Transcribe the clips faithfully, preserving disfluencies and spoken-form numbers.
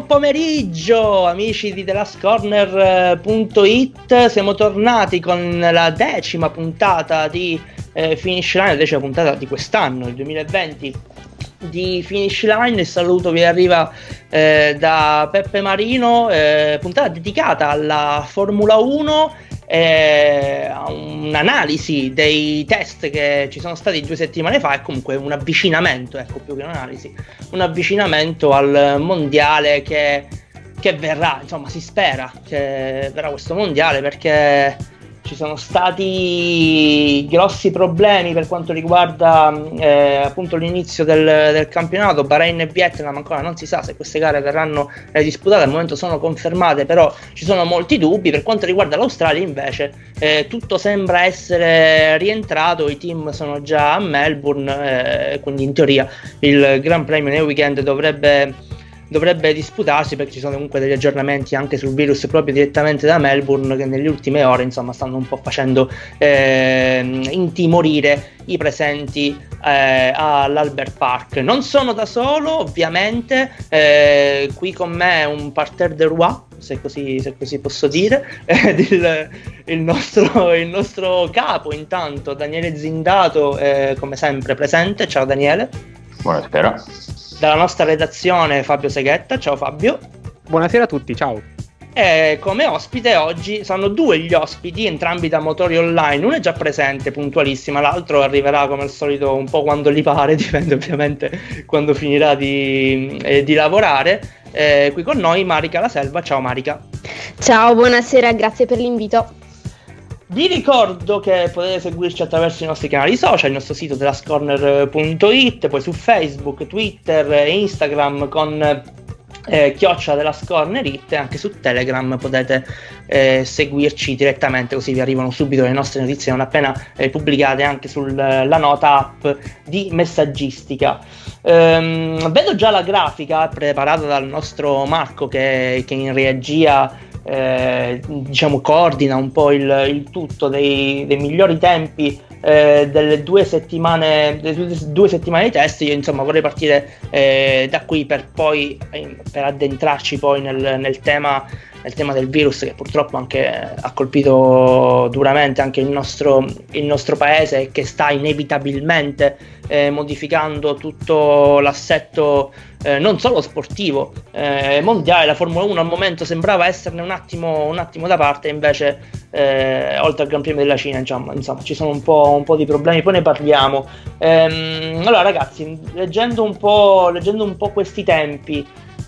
pomeriggio amici di The Last Corner punto it, siamo tornati con la decima puntata di eh, Finish Line, la decima puntata di quest'anno, il duemilaventi di Finish Line. Il saluto vi arriva eh, da Peppe Marino, eh, puntata dedicata alla Formula uno, eh, a un'analisi dei test che ci sono stati due settimane fa e comunque un avvicinamento, ecco, più che un'analisi, un avvicinamento al mondiale che, che verrà, insomma si spera che verrà questo mondiale, perché ci sono stati grossi problemi per quanto riguarda eh, appunto l'inizio del, del campionato. Bahrain e Vietnam ancora non si sa se queste gare verranno eh, disputate, al momento sono confermate, però ci sono molti dubbi. Per quanto riguarda l'Australia invece eh, tutto sembra essere rientrato, i team sono già a Melbourne, eh, quindi in teoria il Gran Premio nel weekend dovrebbe dovrebbe disputarsi, perché ci sono comunque degli aggiornamenti anche sul virus proprio direttamente da Melbourne, che nelle ultime ore insomma stanno un po' facendo eh, intimorire i presenti eh, all'Albert Park. Non sono da solo ovviamente, eh, qui con me un parterre de roi, se così, se così posso dire, eh, il, il, nostro, il nostro capo intanto Daniele Zindato, eh, come sempre presente. Ciao Daniele. Buonasera. Dalla nostra redazione Fabio Seghetta. Ciao Fabio. Buonasera a tutti, ciao. E come ospite oggi sono due gli ospiti, entrambi da Motori Online. Uno è già presente, puntualissima, l'altro arriverà come al solito un po' quando gli pare, dipende ovviamente quando finirà di, eh, di lavorare. Eh, qui con noi Marica La Selva. Ciao Marica. Ciao, buonasera, grazie per l'invito. Vi ricordo che potete seguirci attraverso i nostri canali social, il nostro sito The Last Corner punto it, poi su Facebook, Twitter e Instagram con eh, chiocciola The Last Corner punto it, e anche su Telegram potete eh, seguirci direttamente, così vi arrivano subito le nostre notizie non appena eh, pubblicate anche sulla nota app di messaggistica. Ehm, vedo già la grafica preparata dal nostro Marco che, che in regia Eh, diciamo coordina un po' il, il tutto dei, dei migliori tempi eh, delle due settimane delle due, due settimane di test. Io insomma vorrei partire eh, da qui per poi eh, per addentrarci poi nel, nel tema nel tema del virus, che purtroppo anche ha colpito duramente anche il nostro, il nostro paese, e che sta inevitabilmente eh, modificando tutto l'assetto eh, non solo sportivo eh, mondiale. La Formula uno al momento sembrava esserne un attimo, un attimo da parte, invece eh, oltre al Gran Premio della Cina insomma, insomma ci sono un po', un po' di problemi, poi ne parliamo. Ehm, allora ragazzi, leggendo un po', leggendo un po' questi tempi,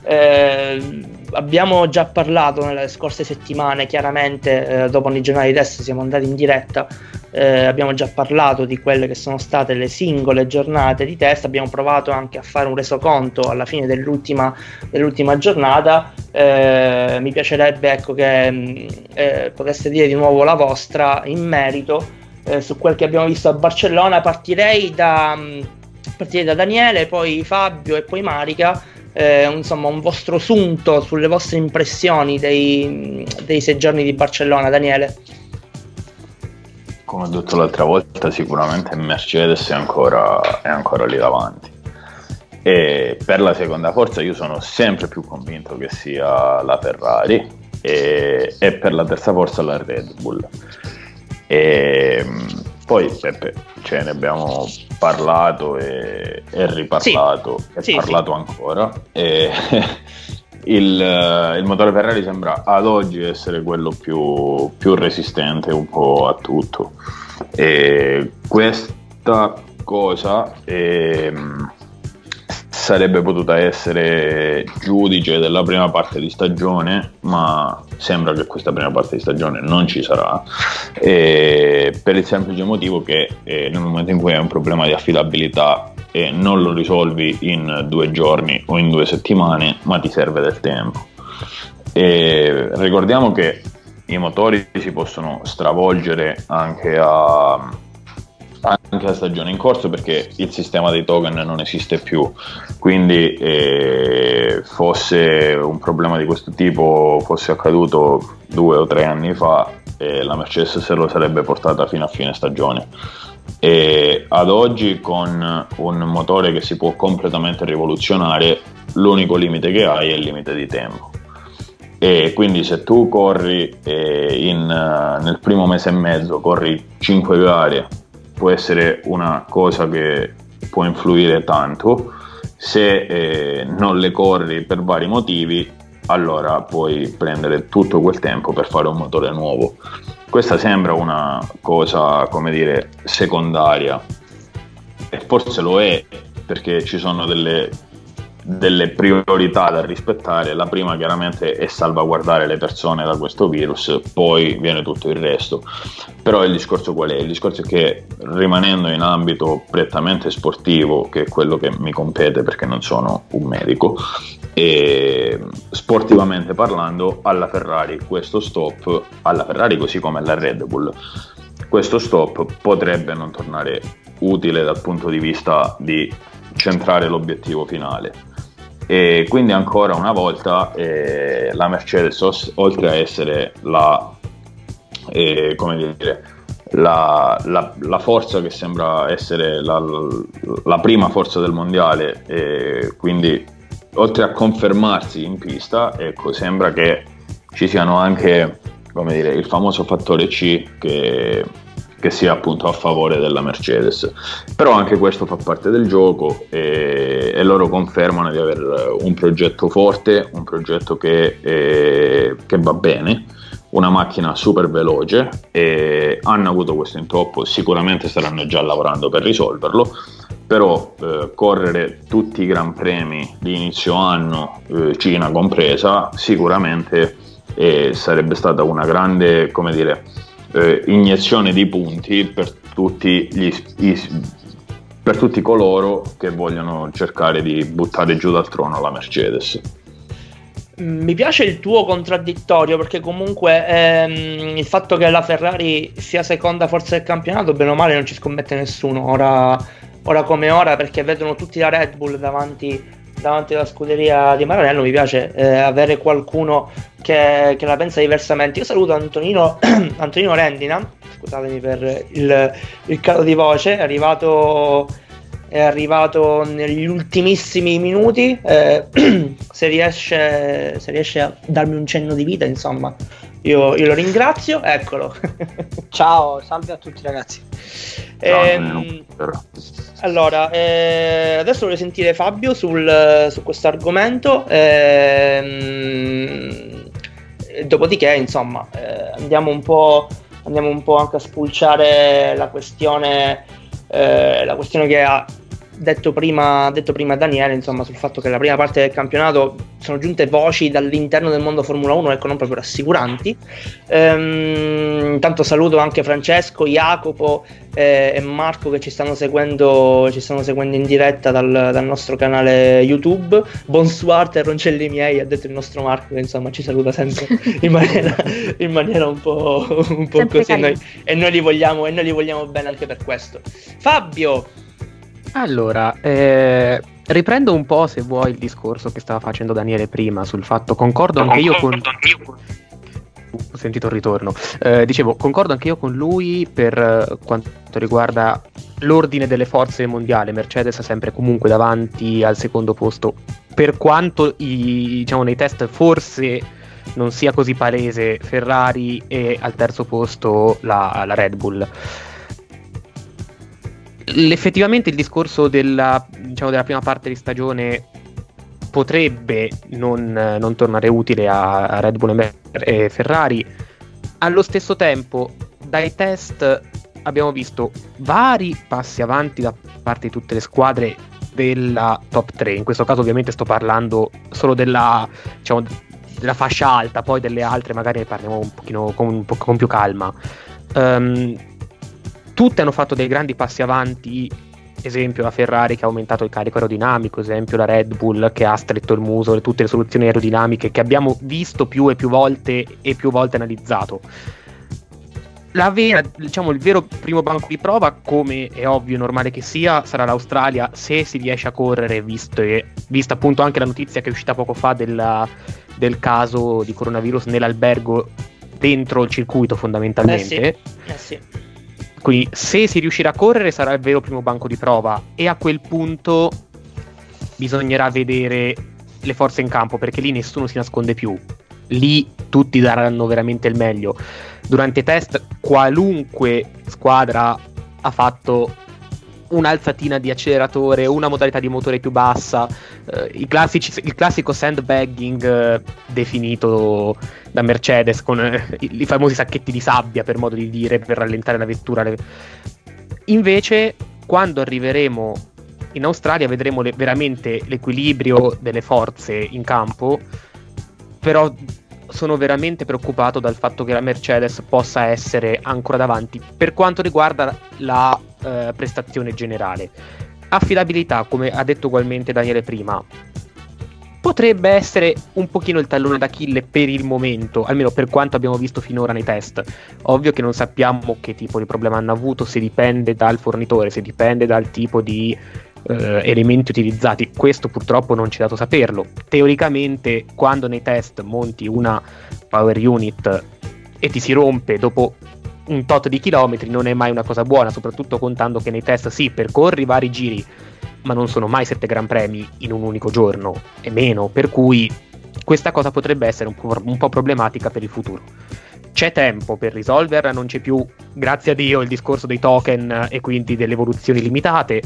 Eh, abbiamo già parlato nelle scorse settimane, chiaramente eh, dopo ogni giornata di test siamo andati in diretta, eh, abbiamo già parlato di quelle che sono state le singole giornate di test, abbiamo provato anche a fare un resoconto alla fine dell'ultima, dell'ultima giornata. Eh, mi piacerebbe ecco che eh, poteste dire di nuovo la vostra in merito eh, su quel che abbiamo visto a Barcellona. Partirei da, partirei da Daniele, poi Fabio e poi Marica. Eh, insomma un vostro sunto sulle vostre impressioni dei, dei sei giorni di Barcellona. Daniele. Come ho detto l'altra volta, sicuramente Mercedes è ancora, è ancora lì davanti, e per la seconda forza io sono sempre più convinto che sia la Ferrari, e, e per la terza forza la Red Bull. E poi Peppe, cioè, ne abbiamo parlato e, e riparlato sì, e sì, parlato sì. ancora, e il, il motore Ferrari sembra ad oggi essere quello più, più resistente un po' a tutto, e questa cosa è, sarebbe potuta essere giudice della prima parte di stagione, ma sembra che questa prima parte di stagione non ci sarà, e per il semplice motivo che eh, nel momento in cui hai un problema di affidabilità e non lo risolvi in due giorni o in due settimane, ma ti serve del tempo. E ricordiamo che i motori si possono stravolgere anche a anche a stagione in corso, perché il sistema dei token non esiste più, quindi eh, fosse un problema di questo tipo fosse accaduto due o tre anni fa, eh, la Mercedes se lo sarebbe portata fino a fine stagione. e ad oggi con un motore che si può completamente rivoluzionare, l'unico limite che hai è il limite di tempo. E quindi se tu corri eh, in, uh, nel primo mese e mezzo corri cinque gare, può essere una cosa che può influire tanto. Se eh, non le corri per vari motivi, allora puoi prendere tutto quel tempo per fare un motore nuovo. Questa sembra una cosa, come dire, secondaria, e forse lo è, perché ci sono delle delle priorità da rispettare. La prima chiaramente è salvaguardare le persone da questo virus, poi viene tutto il resto. Però il discorso qual è? Il discorso è che, rimanendo in ambito prettamente sportivo, che è quello che mi compete perché non sono un medico, e sportivamente parlando, alla Ferrari questo stop, alla Ferrari così come alla Red Bull, questo stop potrebbe non tornare utile dal punto di vista di centrare l'obiettivo finale. E quindi ancora una volta eh, la Mercedes, oltre a essere la, eh, come dire, la, la, la forza che sembra essere la, la prima forza del mondiale, eh, quindi oltre a confermarsi in pista, ecco, sembra che ci siano anche, come dire, il famoso fattore C che che sia appunto a favore della Mercedes. Però anche questo fa parte del gioco, e, e loro confermano di avere un progetto forte, un progetto che, eh, che va bene, una macchina super veloce, e hanno avuto questo intoppo, sicuramente staranno già lavorando per risolverlo, però eh, correre tutti i gran premi di inizio anno, eh, Cina compresa, sicuramente eh, sarebbe stata una grande, come dire, Eh, iniezione di punti per tutti gli i, per tutti coloro che vogliono cercare di buttare giù dal trono la Mercedes. Mi piace il tuo contraddittorio, perché comunque ehm, il fatto che la Ferrari sia seconda forza del campionato, bene o male, non ci scommette nessuno ora, ora come ora, perché vedono tutti la Red Bull davanti davanti alla scuderia di Maranello. Mi piace eh, avere qualcuno che, che la pensa diversamente. Io saluto Antonino Antonino Rendina, scusatemi per il, il calo di voce, è arrivato è arrivato negli ultimissimi minuti, eh, se riesce se riesce a darmi un cenno di vita, insomma, io, io lo ringrazio, eccolo. Ciao, salve a tutti ragazzi. Ehm, allora, eh, adesso vorrei sentire Fabio sul, su questo argomento, ehm, dopodiché insomma eh, andiamo un po' andiamo un po' anche a spulciare la questione eh, la questione che ha detto prima detto prima Daniele, insomma, sul fatto che la prima parte del campionato sono giunte voci dall'interno del mondo Formula uno, ecco, non proprio rassicuranti. Ehm, intanto saluto anche Francesco, Jacopo eh, e Marco che ci stanno seguendo ci stanno seguendo in diretta dal, dal nostro canale YouTube. Bonsoir terroncelli miei, ha detto il nostro Marco, che insomma ci saluta sempre in maniera, in maniera un po', un po' così, e noi, e noi li vogliamo e noi li vogliamo bene anche per questo. Fabio, allora, eh, riprendo un po', se vuoi, il discorso che stava facendo Daniele prima sul fatto, concordo anche io con... Ho sentito il ritorno. Eh, dicevo, concordo anche io con lui per eh, quanto riguarda l'ordine delle forze mondiali. Mercedes è sempre comunque davanti al secondo posto, per quanto i, diciamo, nei test forse non sia così palese Ferrari, e al terzo posto la, la Red Bull. Effettivamente il discorso della, diciamo, della prima parte di stagione potrebbe non, non tornare utile a, a Red Bull e Ferrari. Allo stesso tempo, dai test abbiamo visto vari passi avanti da parte di tutte le squadre della top tre. In questo caso ovviamente sto parlando solo della, diciamo, della fascia alta, poi delle altre magari ne parliamo un pochino con, un po', con più calma. Um, tutte hanno fatto dei grandi passi avanti, esempio la Ferrari che ha aumentato il carico aerodinamico, esempio la Red Bull che ha stretto il muso, tutte le soluzioni aerodinamiche che abbiamo visto più e più volte e più volte analizzato. La vera, diciamo, il vero primo banco di prova, come è ovvio e normale che sia, sarà l'Australia, se si riesce a correre, visto e, vista appunto anche la notizia che è uscita poco fa della, del caso di coronavirus nell'albergo dentro il circuito, fondamentalmente. Eh sì. Eh sì. Quindi se si riuscirà a correre sarà il vero primo banco di prova, e a quel punto bisognerà vedere le forze in campo, perché lì nessuno si nasconde più, lì tutti daranno veramente il meglio. Durante i test qualunque squadra ha fatto un'alzatina di acceleratore, una modalità di motore più bassa, eh, i classici, il classico sandbagging eh, definito da Mercedes con eh, i, i famosi sacchetti di sabbia, per modo di dire, per rallentare la vettura. Invece quando arriveremo in Australia vedremo le, veramente l'equilibrio delle forze in campo, però sono veramente preoccupato dal fatto che la Mercedes possa essere ancora davanti per quanto riguarda la eh, prestazione generale. Affidabilità, come ha detto ugualmente Daniele prima, potrebbe essere un pochino il tallone d'Achille per il momento, almeno per quanto abbiamo visto finora nei test. Ovvio che non sappiamo che tipo di problema hanno avuto, se dipende dal fornitore, se dipende dal tipo di Uh, elementi utilizzati, questo purtroppo non ci è dato saperlo. Teoricamente quando nei test monti una power unit e ti si rompe dopo un tot di chilometri non è mai una cosa buona, soprattutto contando che nei test sì, percorri vari giri, ma non sono mai sette gran premi in un unico giorno e meno, per cui questa cosa potrebbe essere un po', un po' problematica per il futuro. C'è tempo per risolverla, non c'è più, grazie a Dio, il discorso dei token e quindi delle evoluzioni limitate.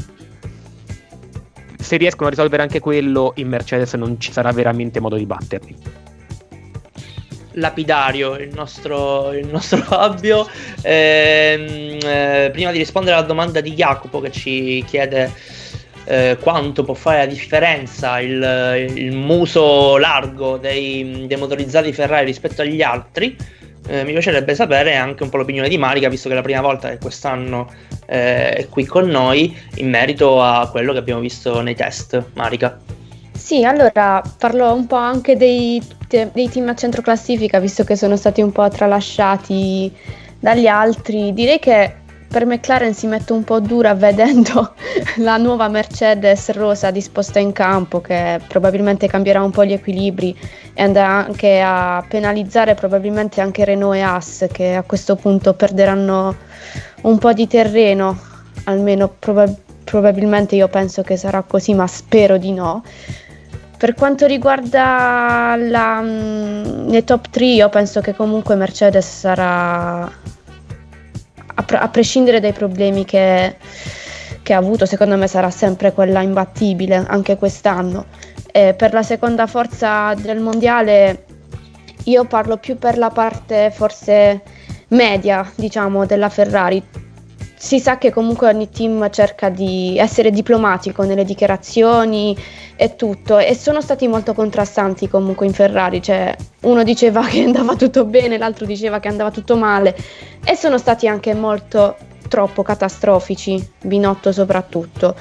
Se riescono a risolvere anche quello, in Mercedes non ci sarà veramente modo di batterli. Lapidario il nostro, il nostro Fabio. Ehm, eh, prima di rispondere alla domanda di Jacopo, che ci chiede eh, quanto può fare la differenza il, il muso largo dei, dei motorizzati Ferrari rispetto agli altri, eh, mi piacerebbe sapere anche un po' l'opinione di Marica, visto che è la prima volta che quest'anno eh, è qui con noi, in merito a quello che abbiamo visto nei test. Marica. Sì, allora parlo un po' anche dei, dei team a centro classifica, visto che sono stati un po' tralasciati dagli altri. Direi che per McLaren si mette un po' dura vedendo la nuova Mercedes rosa disposta in campo, che probabilmente cambierà un po' gli equilibri e andrà anche a penalizzare probabilmente anche Renault e Haas, che a questo punto perderanno un po' di terreno, almeno proba- probabilmente io penso che sarà così, ma spero di no. Per quanto riguarda la, mh, le top tre, io penso che comunque Mercedes sarà, a, pre- a prescindere dai problemi che, che ha avuto, secondo me sarà sempre quella imbattibile anche quest'anno. E per la seconda forza del mondiale io parlo più per la parte forse media, diciamo, della Ferrari. Si sa che comunque ogni team cerca di essere diplomatico nelle dichiarazioni e tutto, e sono stati molto contrastanti comunque in Ferrari, cioè uno diceva che andava tutto bene, l'altro diceva che andava tutto male, e sono stati anche molto troppo catastrofici, Binotto soprattutto.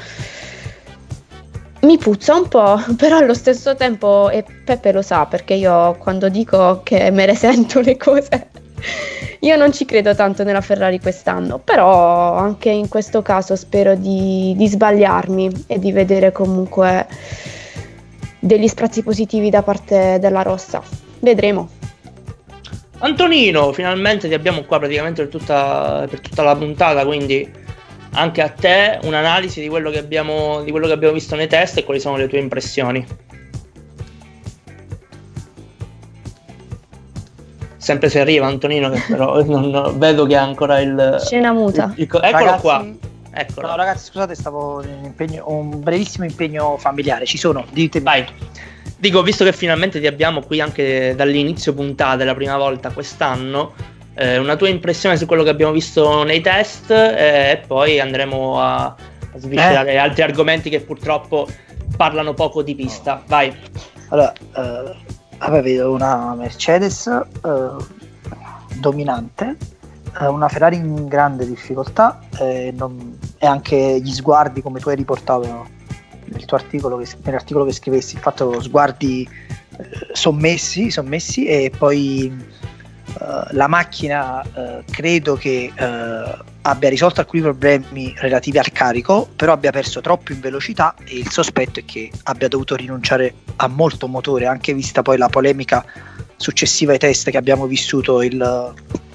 Mi puzza un po', però allo stesso tempo, e Peppe lo sa, perché io quando dico che me ne sento le cose, io non ci credo tanto nella Ferrari quest'anno, però anche in questo caso spero di, di sbagliarmi e di vedere comunque degli sprazzi positivi da parte della rossa. Vedremo. Antonino, finalmente ti abbiamo qua praticamente per tutta, per tutta la puntata, quindi anche a te un'analisi di quello che abbiamo, di quello che abbiamo visto nei test e quali sono le tue impressioni. Sempre se arriva Antonino, che però non, vedo che ha ancora il scena muta. Il, il, eccolo ragazzi, qua. Eccolo. No, ragazzi, scusate, stavo in impegno, un brevissimo impegno familiare. Ci sono, ditemi. Vai. Dico, visto che finalmente ti abbiamo qui anche dall'inizio puntata, la prima volta quest'anno, eh, una tua impressione su quello che abbiamo visto nei test, eh, e poi andremo a, a sviscerare eh. altri argomenti che purtroppo parlano poco di pista. Vai. Allora, eh, vabbè, vedo una Mercedes eh, dominante, eh, una Ferrari in grande difficoltà, eh, non, e anche gli sguardi, come tu hai riportato nel tuo articolo, che, nell'articolo che scrivessi, il fatto sguardi eh, sommessi, sommessi, e poi eh, la macchina eh, credo che eh, abbia risolto alcuni problemi relativi al carico, però abbia perso troppo in velocità, e il sospetto è che abbia dovuto rinunciare a molto motore, anche vista poi la polemica successiva ai test che abbiamo vissuto il,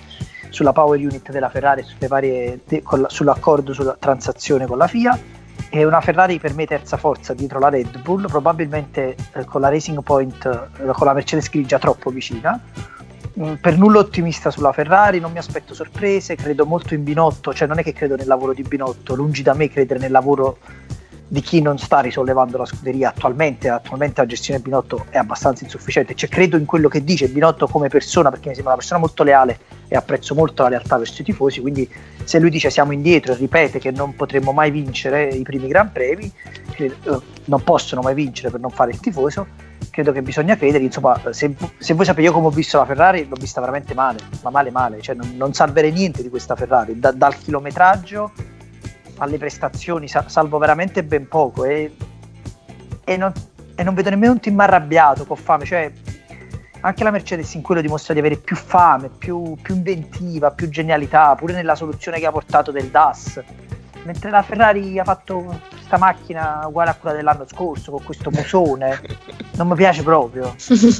sulla power unit della Ferrari, sulle varie de- con la, sull'accordo sulla transazione con la F I A. È una Ferrari per me terza forza dietro la Red Bull, probabilmente eh, con la Racing Point, eh, con la Mercedes grigia troppo vicina. Mm, per nulla ottimista sulla Ferrari, non mi aspetto sorprese, credo molto in Binotto, cioè non è che credo nel lavoro di Binotto, lungi da me credere nel lavoro di chi non sta risollevando la scuderia attualmente. Attualmente la gestione di Binotto è abbastanza insufficiente, cioè credo in quello che dice Binotto come persona, perché mi sembra una persona molto leale e apprezzo molto la lealtà verso i tifosi, quindi se lui dice siamo indietro e ripete che non potremmo mai vincere i primi Gran Premi, credo, non possono mai vincere per non fare il tifoso, credo che bisogna credere. Insomma, se, se voi sapete io come ho visto la Ferrari, l'ho vista veramente male, ma male male, cioè non, non salverei niente di questa Ferrari, da, dal chilometraggio alle prestazioni salvo veramente ben poco, e, e, non, e non vedo nemmeno un team arrabbiato con fame, cioè anche la Mercedes in quello dimostra di avere più fame, più, più inventiva, più genialità, pure nella soluzione che ha portato del D A S, mentre la Ferrari ha fatto questa macchina uguale a quella dell'anno scorso con questo musone, non mi piace proprio.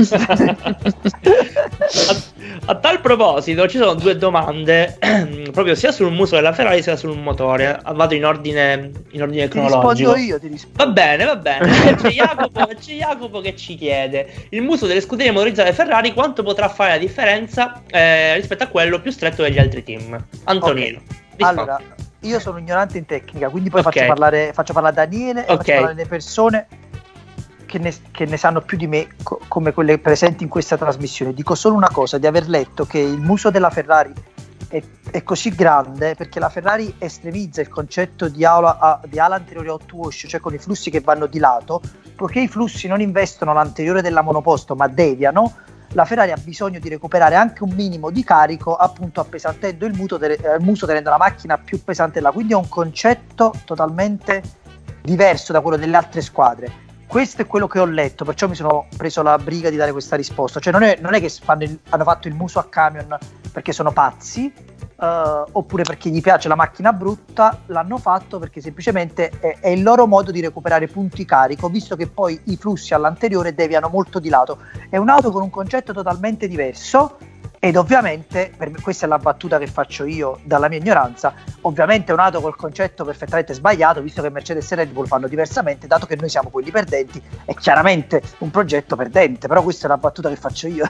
a, a tal proposito ci sono due domande proprio sia sul muso della Ferrari sia sul motore. Vado in ordine in ordine ti cronologico. Rispondo io, ti rispondo. Va bene, va bene. C'è Jacopo, c'è Jacopo che ci chiede: il muso delle scuderie motorizzate Ferrari quanto potrà fare la differenza eh, rispetto a quello più stretto degli altri team? Antonino. Okay. Allora, io sono ignorante in tecnica, quindi poi okay. faccio parlare faccio parlare Daniele e okay. faccio parlare le persone che ne, che ne sanno più di me, co- come quelle presenti in questa trasmissione. Dico solo una cosa, di aver letto che il muso della Ferrari è, è così grande perché la Ferrari estremizza il concetto di ala, a, di ala anteriore hot wash, cioè con i flussi che vanno di lato, poiché i flussi non investono l'anteriore della monoposto ma deviano. La Ferrari ha bisogno di recuperare anche un minimo di carico, appunto appesantendo il, muto, il muso, tenendo la macchina più pesante là. Quindi è un concetto totalmente diverso da quello delle altre squadre. Questo è quello che ho letto, perciò mi sono preso la briga di dare questa risposta. Cioè non è, non è che fanno il, hanno fatto il muso a camion perché sono pazzi, Uh, oppure perché gli piace la macchina brutta, l'hanno fatto perché semplicemente è, è il loro modo di recuperare punti carico, visto che poi i flussi all'anteriore deviano molto di lato. È un'auto con un concetto totalmente diverso ed ovviamente, per me, questa è la battuta che faccio io dalla mia ignoranza, ovviamente è un'auto col concetto perfettamente sbagliato, visto che Mercedes e Red Bull fanno diversamente, dato che noi siamo quelli perdenti, è chiaramente un progetto perdente, però questa è la battuta che faccio io.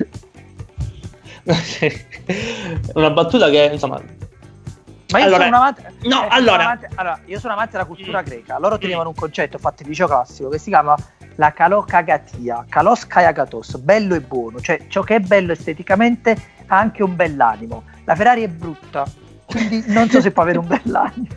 Una battuta che insomma, ma io allora, sono un amante, no, eh, allora. Sono amante, allora io sono amante della cultura mm. greca. Loro mm. tenevano un concetto fatto in liceo classico che si chiama la kalokagatia, kalos kayagatos, bello e buono, cioè ciò che è bello esteticamente ha anche un bell'animo. La Ferrari è brutta, quindi non so se può avere un bell'animo.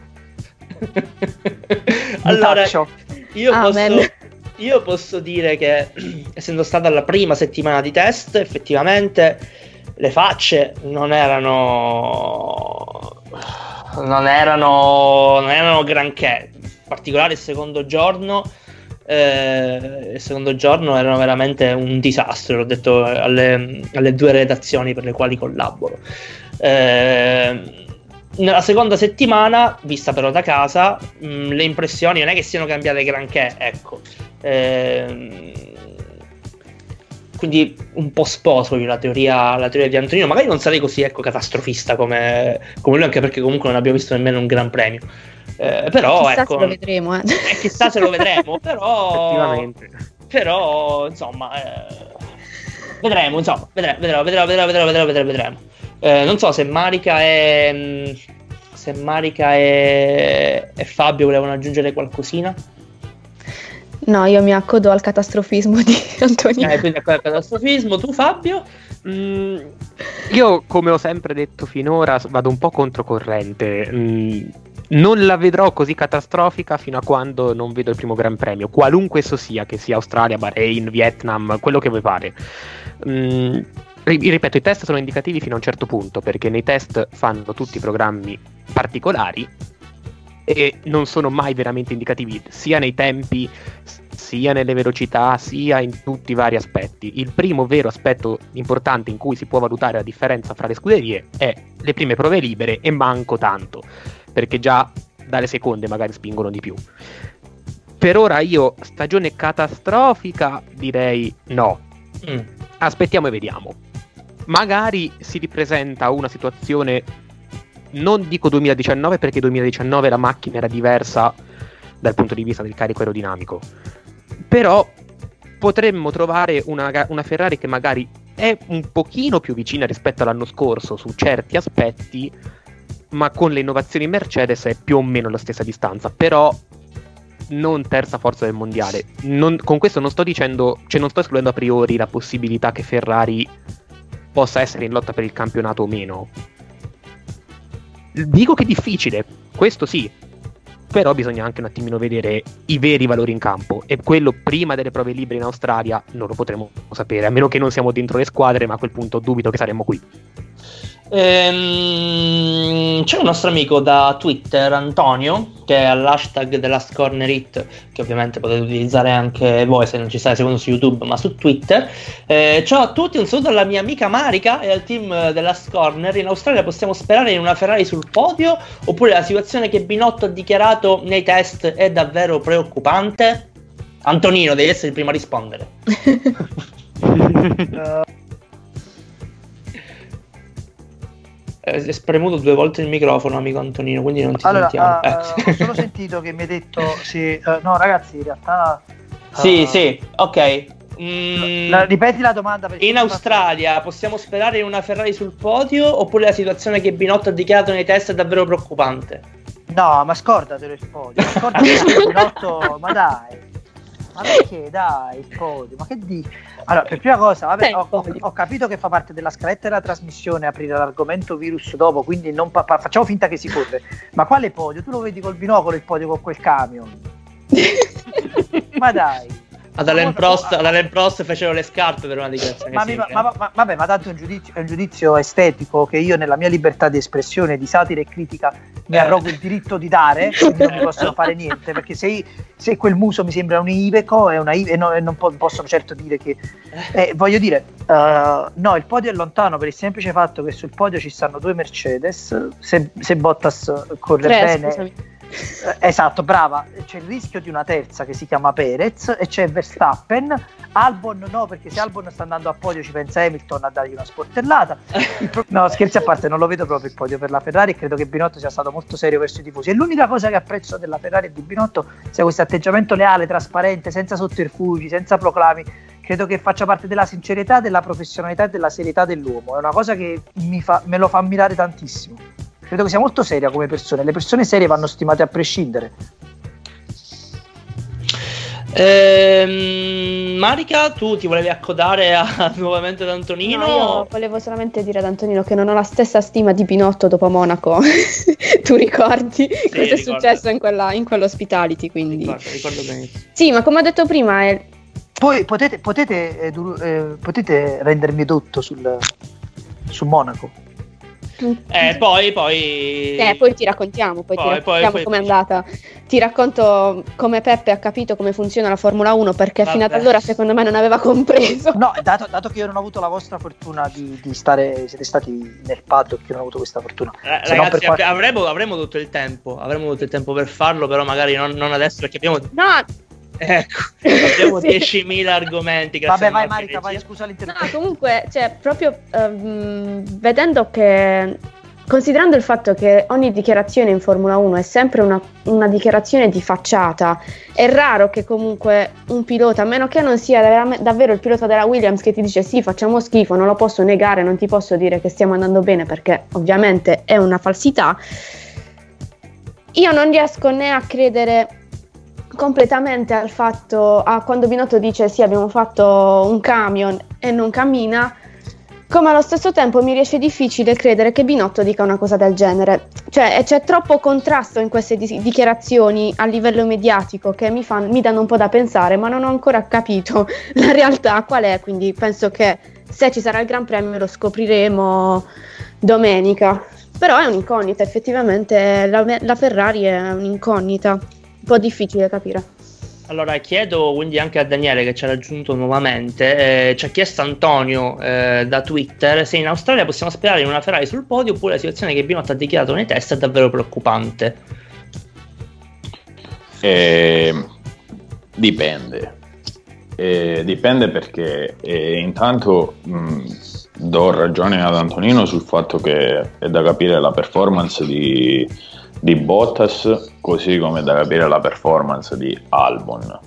Allora io ah, posso io posso dire che essendo stata la prima settimana di test, effettivamente le facce non erano non erano non erano granché, in particolare il secondo giorno eh, il secondo giorno erano veramente un disastro, l'ho detto alle, alle due redazioni per le quali collaboro. Eh, nella seconda settimana, vista però da casa, mh, le impressioni non è che siano cambiate granché, ecco. Eh, quindi un po' sposo io la teoria, la teoria di Antonino. Magari non sarei così ecco catastrofista come, come lui, anche perché comunque non abbiamo visto nemmeno un gran premio. Eh, però chissà ecco, se lo vedremo, eh. eh, chissà se lo vedremo, però effettivamente. Però insomma eh, vedremo, insomma, vedremo, vedremo, vedremo, vedremo, vedremo, vedremo, vedremo, vedremo. Eh, non so se Marica e se Marica e, e Fabio volevano aggiungere qualcosina. No, io mi accodo al catastrofismo di Antonino. Eh, quindi al catastrofismo. Tu Fabio? Mm, io, come ho sempre detto finora, vado un po' controcorrente. Mm, non la vedrò così catastrofica fino a quando non vedo il primo Gran Premio, qualunque esso sia, che sia Australia, Bahrain, Vietnam, quello che vuoi fare. Mm, ripeto, i test sono indicativi fino a un certo punto, perché nei test fanno tutti programmi particolari e non sono mai veramente indicativi, sia nei tempi, sia nelle velocità, sia in tutti i vari aspetti. Il primo vero aspetto importante in cui si può valutare la differenza fra le scuderie è le prime prove libere, e manco tanto, perché già dalle seconde magari spingono di più. Per ora io stagione catastrofica direi no. Mm. Aspettiamo e vediamo. magari si ripresenta una situazione, non dico duemiladiciannove perché duemiladiciannove la macchina era diversa dal punto di vista del carico aerodinamico, però potremmo trovare una, una Ferrari che magari è un pochino più vicina rispetto all'anno scorso su certi aspetti, ma con le innovazioni Mercedes è più o meno alla stessa distanza, però non terza forza del mondiale. Non, con questo non sto dicendo, cioè non sto escludendo a priori la possibilità che Ferrari possa essere in lotta per il campionato o meno. Dico che è difficile, questo sì, però bisogna anche un attimino vedere i veri valori in campo, e quello prima delle prove libere in Australia non lo potremo sapere, a meno che non siamo dentro le squadre, ma a quel punto dubito che saremmo qui. Ehm, c'è un nostro amico da Twitter, Antonio, che è all'hashtag della Corner Hit, che ovviamente potete utilizzare anche voi se non ci state seguendo su YouTube, ma su Twitter. Eh, ciao a tutti, un saluto alla mia amica Marica e al team della Corner. In Australia possiamo sperare in una Ferrari sul podio, oppure la situazione che Binotto ha dichiarato nei test è davvero preoccupante? Antonino, devi essere il primo a rispondere. uh. È spremuto due volte il microfono, amico Antonino, quindi non ti allora, sentiamo. Uh, eh. Ho solo sentito che mi hai detto sì, uh, no ragazzi, in realtà uh, sì, sì, ok. Mm, la, ripeti la domanda. In Australia fatto... possiamo sperare in una Ferrari sul podio, oppure la situazione che Binotto ha dichiarato nei test è davvero preoccupante? No, ma scordatelo il podio, scordatelo il Binotto, ma dai. Ma perché dai il podio? Ma che dici? Allora, per prima cosa, vabbè, ho, ho, ho capito che fa parte della scaletta della trasmissione aprire l'argomento virus dopo, quindi non pa- pa- facciamo finta che si corre. Ma quale podio? Tu lo vedi col binocolo il podio con quel camion? Ma dai. Ad Alain Prost, ad Alain Prost fecero le scarpe per una dichiarazione. Ma, ma, ma, ma vabbè, ma tanto è un giudizio, è un giudizio estetico che io nella mia libertà di espressione, di satira e critica mi eh. arrogo il diritto di dare, quindi non mi possono fare niente, perché se, se quel muso mi sembra un Iveco è una Iveco, e, no, e non po- possono certo dire che eh, voglio dire uh, no, il podio è lontano per il semplice fatto che sul podio ci stanno due Mercedes, se, se Bottas corre Tre, bene scusami. Esatto, brava, c'è il rischio di una terza che si chiama Perez e c'è Verstappen. Albon no, perché se Albon sta andando a podio ci pensa Hamilton a dargli una sportellata. Pro- no, scherzi a parte, non lo vedo proprio il podio per la Ferrari e credo che Binotto sia stato molto serio verso i tifosi. E l'unica cosa che apprezzo della Ferrari e di Binotto sia questo atteggiamento leale, trasparente, senza sotterfugi, senza proclami. Credo che faccia parte della sincerità, della professionalità e della serietà dell'uomo. È una cosa che mi fa, me lo fa ammirare tantissimo. Credo che sia molto seria come persone. Le persone serie vanno stimate a prescindere. Ehm, Marica, tu ti volevi accodare a, nuovamente ad Antonino? No, io volevo solamente dire ad Antonino che non ho la stessa stima di Binotto dopo Monaco. Tu ricordi sì, cosa è ricordo. successo in, quella, in quell'hospitality? Quindi ricordo, ricordo benissimo. Sì, ma come ho detto prima è... Poi potete, potete, eh, eh, potete rendermi dotto sul, su Monaco. Eh, poi, poi... Eh, poi ti raccontiamo, poi, poi ti raccontiamo com'è andata. Ti racconto come Peppe ha capito come funziona la Formula uno, perché Vabbè. fino ad allora secondo me non aveva compreso. No, dato, dato che io non ho avuto la vostra fortuna di, di stare, siete stati nel paddock, io non ho avuto questa fortuna. Eh, ragazzi, qualche... avremo, avremo tutto il tempo, avremo tutto il tempo per farlo, però magari non, non adesso, perché abbiamo... No! Ecco, abbiamo sì. diecimila argomenti. Vabbè, vai Marica, vai, scusa l'intervento. No, comunque, cioè, proprio um, vedendo che, considerando il fatto che ogni dichiarazione in Formula uno è sempre una, una dichiarazione di facciata, è raro che comunque un pilota, a meno che non sia davvero il pilota della Williams che ti dice sì, facciamo schifo, non lo posso negare, non ti posso dire che stiamo andando bene, perché ovviamente è una falsità. Io non riesco né a credere completamente al fatto, a quando Binotto dice sì, abbiamo fatto un camion e non cammina, come allo stesso tempo mi riesce difficile credere che Binotto dica una cosa del genere. Cioè c'è troppo contrasto in queste di- dichiarazioni a livello mediatico che mi, fan, mi danno un po' da pensare, ma non ho ancora capito la realtà qual è, quindi penso che se ci sarà il Gran Premio lo scopriremo domenica. Però è un'incognita, effettivamente la, la Ferrari è un'incognita. Un po' difficile capire. Allora chiedo quindi anche a Daniele, che ci ha raggiunto nuovamente, eh, ci ha chiesto Antonio eh, da Twitter se in Australia possiamo sperare in una Ferrari sul podio, oppure la situazione che Binotto ha dichiarato nei test è davvero preoccupante. Eh, dipende eh, dipende perché eh, intanto mh, do ragione ad Antonino sul fatto che è da capire la performance di, di Bottas, così come è da capire la performance di Albon.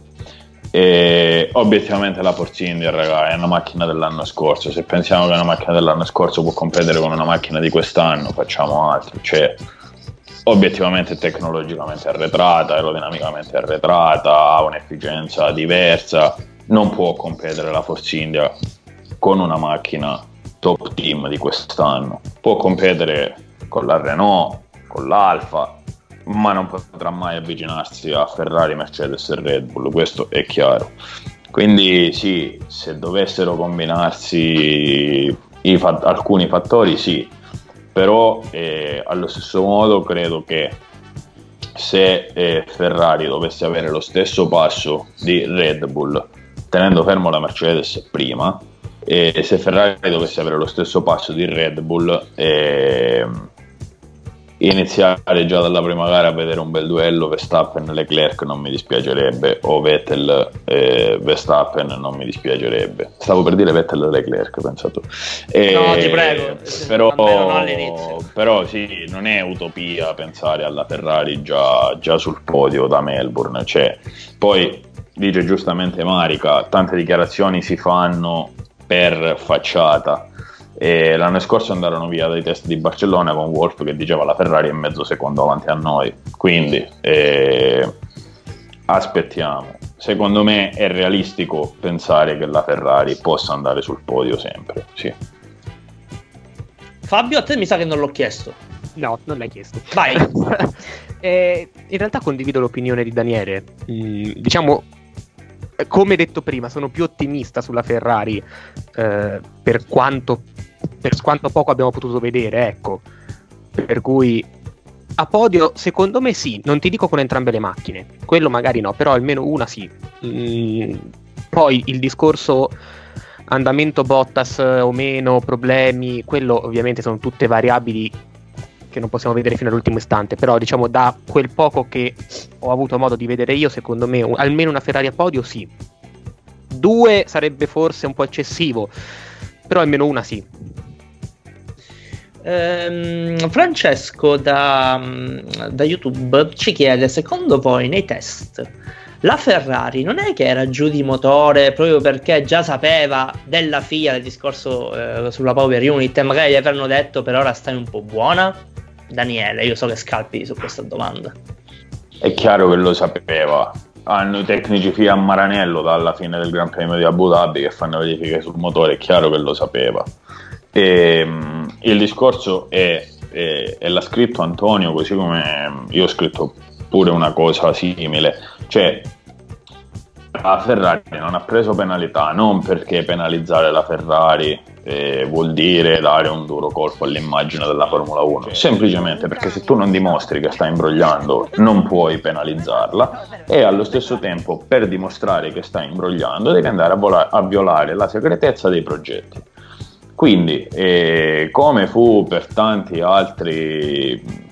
E obiettivamente la Force India, raga, è una macchina dell'anno scorso. Se pensiamo che una macchina dell'anno scorso può competere con una macchina di quest'anno, facciamo altro. Cioè, obiettivamente tecnologicamente arretrata, aerodinamicamente arretrata, ha un'efficienza diversa, non può competere la Force India con una macchina top team di quest'anno. Può competere con la Renault, con l'Alfa, ma non potrà mai avvicinarsi a Ferrari, Mercedes e Red Bull, questo è chiaro. Quindi sì, se dovessero combinarsi i fat- alcuni fattori, sì, però eh, allo stesso modo credo che se eh, Ferrari dovesse avere lo stesso passo di Red Bull, tenendo fermo la Mercedes prima, e se Ferrari dovesse avere lo stesso passo di Red Bull, eh, iniziare già dalla prima gara a vedere un bel duello Verstappen-Leclerc non mi dispiacerebbe, o Vettel-Verstappen eh, non mi dispiacerebbe. Stavo per dire Vettel-Leclerc, pensato. E, no, ti prego, però, non all'inizio. Però sì, non è utopia pensare alla Ferrari già, già sul podio da Melbourne. Cioè, poi dice giustamente Marica, tante dichiarazioni si fanno per facciata. E l'anno scorso andarono via dai test di Barcellona con Wolff che diceva la Ferrari è mezzo secondo avanti a noi, quindi eh, aspettiamo. Secondo me è realistico pensare che la Ferrari possa andare sul podio sempre, sì. Fabio, a te mi sa che non l'ho chiesto. No, non l'hai chiesto. Vai. eh, in realtà condivido l'opinione di Daniele. Mm, diciamo, come detto prima, sono più ottimista sulla Ferrari eh, per quanto per quanto poco abbiamo potuto vedere, ecco. Per cui a podio secondo me sì, non ti dico con entrambe le macchine, quello magari no, però almeno una sì. Mm, poi il discorso andamento Bottas o meno, problemi, quello ovviamente sono tutte variabili che non possiamo vedere fino all'ultimo istante, però diciamo da quel poco che ho avuto modo di vedere io, secondo me un, almeno una Ferrari a podio sì. Due sarebbe forse un po' eccessivo, però almeno una sì. ehm, Francesco da, da YouTube ci chiede: secondo voi nei test la Ferrari non è che era giù di motore proprio perché già sapeva della F I A del discorso eh, sulla power unit e magari gli avranno detto per ora stai un po' buona? Daniele, io so che scalpi su questa domanda. È chiaro che lo sapeva. Hanno i tecnici F I A a Maranello dalla fine del Gran Premio di Abu Dhabi che fanno verifiche sul motore, è chiaro che lo sapeva. E, um, il discorso è, è, e l'ha scritto Antonio, così come io ho scritto pure una cosa simile, cioè la Ferrari non ha preso penalità non perché penalizzare la Ferrari eh, vuol dire dare un duro colpo all'immagine della Formula uno, semplicemente perché se tu non dimostri che stai imbrogliando non puoi penalizzarla, e allo stesso tempo per dimostrare che stai imbrogliando devi andare a, vola- a violare la segretezza dei progetti. Quindi eh, come fu per tanti altri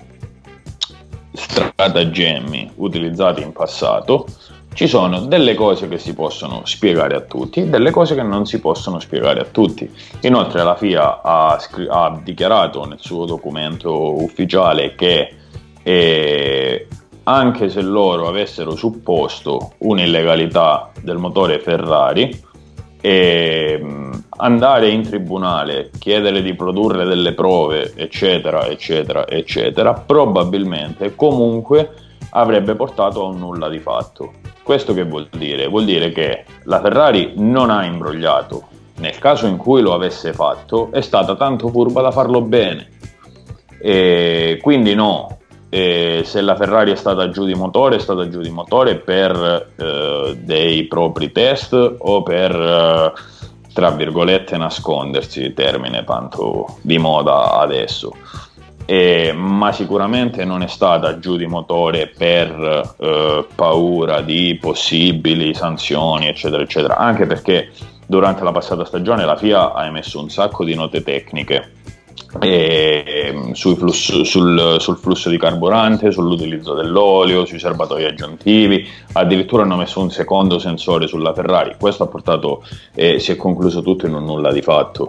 stratagemmi utilizzati in passato, ci sono delle cose che si possono spiegare a tutti, delle cose che non si possono spiegare a tutti. Inoltre la F I A ha, scri- ha dichiarato nel suo documento ufficiale che eh, anche se loro avessero supposto un'illegalità del motore Ferrari, e andare in tribunale, chiedere di produrre delle prove, eccetera, eccetera, eccetera, probabilmente comunque avrebbe portato a un nulla di fatto. Questo che vuol dire? Vuol dire che la Ferrari non ha imbrogliato. Nel caso in cui lo avesse fatto, è stata tanto furba da farlo bene. E quindi no. E se la Ferrari è stata giù di motore, è stata giù di motore per eh, dei propri test o per eh, tra virgolette nascondersi, termine tanto di moda adesso, e, ma sicuramente non è stata giù di motore per eh, paura di possibili sanzioni eccetera eccetera, anche perché durante la passata stagione la F I A ha emesso un sacco di note tecniche E sui flusso, sul, sul flusso di carburante, sull'utilizzo dell'olio, sui serbatoi aggiuntivi, addirittura hanno messo un secondo sensore sulla Ferrari. Questo ha portato, eh, si è concluso tutto in un nulla di fatto.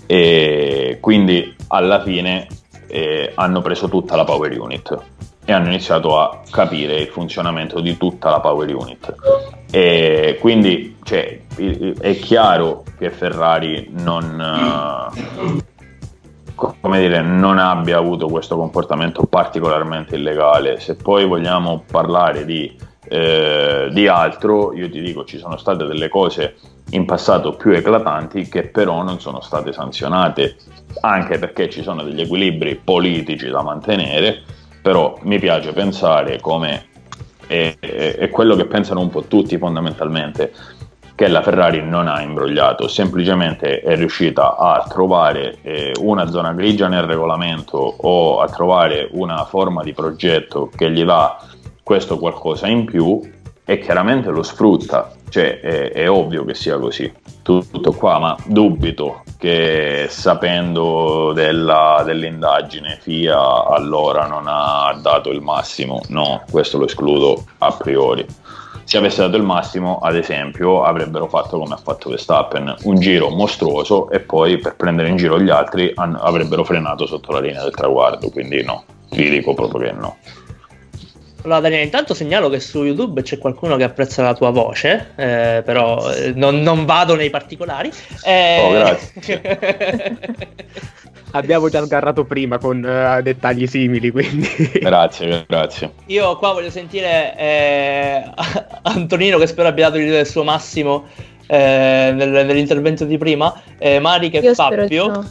e quindi alla fine eh, hanno preso tutta la power unit e hanno iniziato a capire il funzionamento di tutta la power unit, e quindi cioè, è chiaro che Ferrari non come dire, non abbia avuto questo comportamento particolarmente illegale. Se poi vogliamo parlare di, eh, di altro, io ti dico, ci sono state delle cose in passato più eclatanti che però non sono state sanzionate, anche perché ci sono degli equilibri politici da mantenere. Però mi piace pensare, come è, è, è quello che pensano un po' tutti fondamentalmente, che la Ferrari non ha imbrogliato, semplicemente è riuscita a trovare eh, una zona grigia nel regolamento o a trovare una forma di progetto che gli dà questo qualcosa in più, e chiaramente lo sfrutta, cioè è, è ovvio che sia così, tutto qua, ma dubito che sapendo della, dell'indagine F I A allora non ha dato il massimo, no, questo lo escludo a priori. Se avesse dato il massimo, ad esempio, avrebbero fatto come ha fatto Verstappen, un giro mostruoso, e poi per prendere in giro gli altri han- avrebbero frenato sotto la linea del traguardo, quindi no, vi dico proprio che no. Allora Daniele, intanto segnalo che su YouTube c'è qualcuno che apprezza la tua voce, eh, però eh, non, non vado nei particolari. Eh... Oh, grazie. Abbiamo già sgarrato prima con uh, dettagli simili, quindi grazie, grazie. Io qua voglio sentire eh, Antonino, che spero abbia dato il suo massimo eh, nel, nell'intervento di prima, eh, Marica e Io Fabio.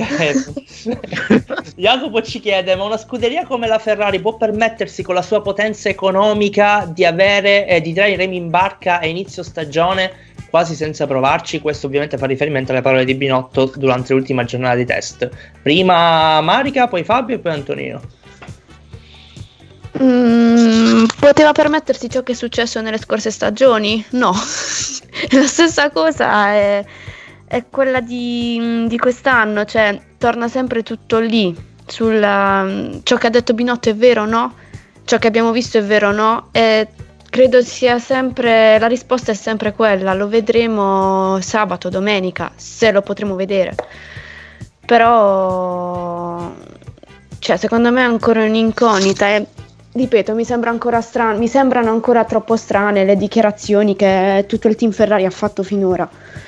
Jacopo ci chiede: ma una scuderia come la Ferrari può permettersi, con la sua potenza economica, di avere eh, di tirare i remi in barca a inizio stagione quasi senza provarci? Questo ovviamente fa riferimento alle parole di Binotto durante l'ultima giornata di test. Prima Marica, poi Fabio e poi Antonino. Mm, poteva permettersi ciò che è successo nelle scorse stagioni? No. La stessa cosa è, è quella di, di quest'anno, cioè torna sempre tutto lì, sulla, ciò che ha detto Binotto è vero o no? Ciò che abbiamo visto è vero o no? E credo sia sempre, la risposta è sempre quella, lo vedremo sabato, domenica, se lo potremo vedere. Però, cioè, secondo me è ancora un'incognita e, ripeto, mi sembra ancora strano, mi sembrano ancora troppo strane le dichiarazioni che tutto il team Ferrari ha fatto finora.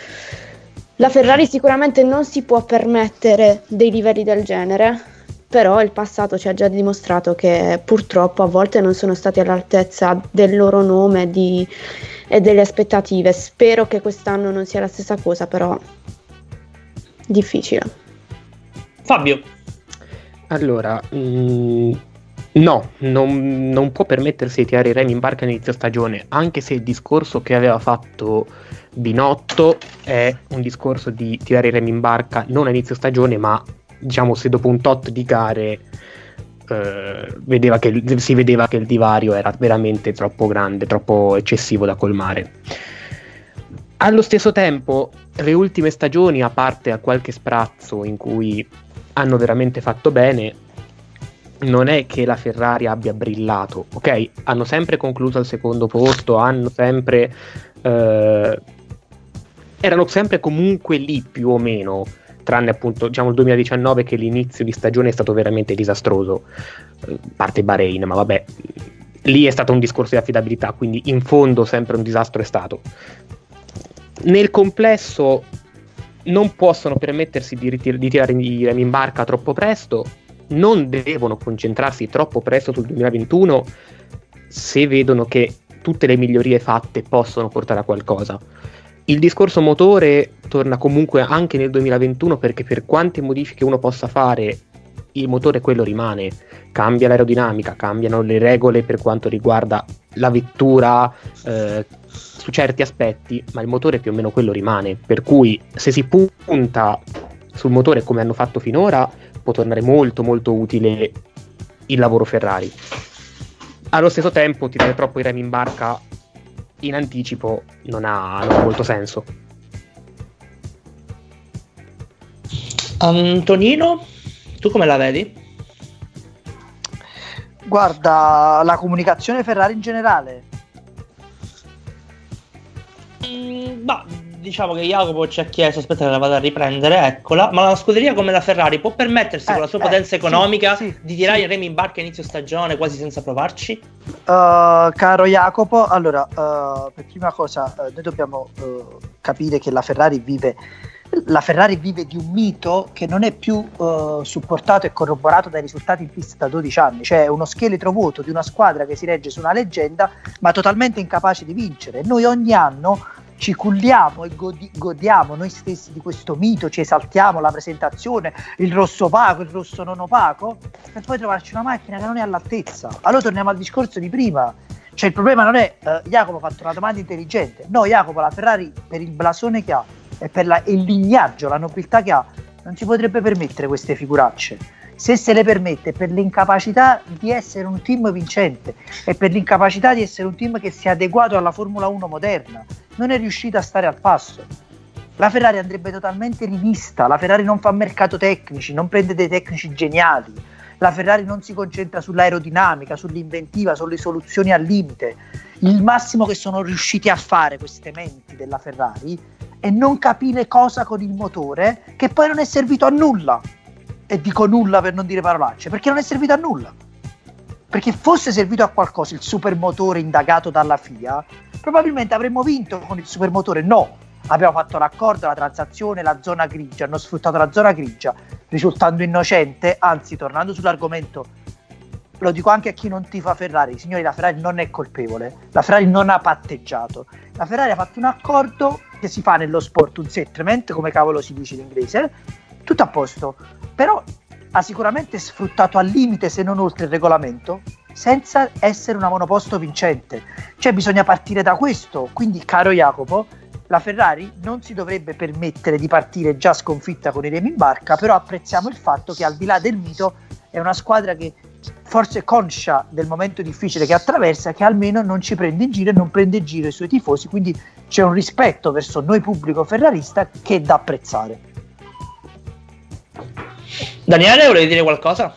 La Ferrari sicuramente non si può permettere dei livelli del genere, però il passato ci ha già dimostrato che purtroppo a volte non sono stati all'altezza del loro nome di, e delle aspettative. Spero che quest'anno non sia la stessa cosa, però difficile. Fabio. Allora, mh, no, non, non può permettersi di tirare i remi in barca all'inizio stagione, anche se il discorso che aveva fatto Binotto è un discorso di tirare i remi in barca non a inizio stagione, ma diciamo se dopo un tot di gare eh, vedeva che, si vedeva che il divario era veramente troppo grande, troppo eccessivo da colmare. Allo stesso tempo, le ultime stagioni, a parte a qualche sprazzo in cui hanno veramente fatto bene, non è che la Ferrari abbia brillato, ok? Hanno sempre concluso al secondo posto, hanno sempre eh, erano sempre comunque lì più o meno, tranne appunto diciamo il duemiladiciannove, che l'inizio di stagione è stato veramente disastroso, eh, parte Bahrain, ma vabbè, lì è stato un discorso di affidabilità, quindi in fondo sempre un disastro è stato. Nel complesso non possono permettersi di, ritir- di tirare i remi in barca troppo presto, non devono concentrarsi troppo presto sul duemilaventuno se vedono che tutte le migliorie fatte possono portare a qualcosa. Il discorso motore torna comunque anche nel duemilaventuno, perché per quante modifiche uno possa fare, il motore quello rimane. Cambia l'aerodinamica, cambiano le regole per quanto riguarda la vettura eh, su certi aspetti, ma il motore più o meno quello rimane. Per cui se si punta sul motore come hanno fatto finora, può tornare molto molto utile il lavoro Ferrari. Allo stesso tempo tirare troppo i remi in barca in anticipo non ha, non ha molto senso. Antonino, tu come la vedi? Guarda, la comunicazione Ferrari in generale. Mm, bah, diciamo che Jacopo ci ha chiesto, aspetta che la vado a riprendere, eccola, ma una scuderia come la Ferrari può permettersi eh, con la sua eh, potenza economica sì, sì, di tirare sì. i remi in barca a inizio stagione quasi senza provarci? Uh, caro Jacopo, allora, uh, per prima cosa uh, noi dobbiamo uh, capire che la Ferrari vive La Ferrari vive di un mito che non è più uh, supportato e corroborato dai risultati in pista da dodici anni, cioè uno scheletro vuoto di una squadra che si regge su una leggenda ma totalmente incapace di vincere. Noi ogni anno ci culliamo e godi- godiamo noi stessi di questo mito, ci esaltiamo la presentazione, il rosso opaco, il rosso non opaco, per poi trovarci una macchina che non è all'altezza. Allora torniamo al discorso di prima. Cioè il problema non è uh, Jacopo ha fatto una domanda intelligente, no Jacopo, la Ferrari per il blasone che ha e per la, il lignaggio, la nobiltà che ha, non si potrebbe permettere queste figuracce. Se se le permette per l'incapacità di essere un team vincente e per l'incapacità di essere un team che sia adeguato alla Formula uno moderna, non è riuscita a stare al passo. La Ferrari andrebbe totalmente rivista, la Ferrari non fa mercato tecnici, non prende dei tecnici geniali, la Ferrari non si concentra sull'aerodinamica, sull'inventiva, sulle soluzioni al limite. Il massimo che sono riusciti a fare queste menti della Ferrari e non capire cosa con il motore che poi non è servito a nulla, e dico nulla per non dire parolacce, perché non è servito a nulla, perché fosse servito a qualcosa il supermotore indagato dalla F I A probabilmente avremmo vinto con il supermotore. No, abbiamo fatto l'accordo, la transazione, la zona grigia, hanno sfruttato la zona grigia risultando innocente. Anzi, tornando sull'argomento, lo dico anche a chi non tifa Ferrari, signori, la Ferrari non è colpevole, la Ferrari non ha patteggiato, la Ferrari ha fatto un accordo che si fa nello sport, un settlement, come cavolo si dice in inglese, tutto a posto, però ha sicuramente sfruttato al limite, se non oltre il regolamento, senza essere una monoposto vincente. Cioè bisogna partire da questo. Quindi, caro Jacopo, la Ferrari non si dovrebbe permettere di partire già sconfitta con i remi in barca, però apprezziamo il fatto che al di là del mito è una squadra che forse conscia del momento difficile che attraversa, che almeno non ci prende in giro e non prende in giro i suoi tifosi, quindi c'è un rispetto verso noi pubblico ferrarista che è da apprezzare. Daniele, volevi dire qualcosa?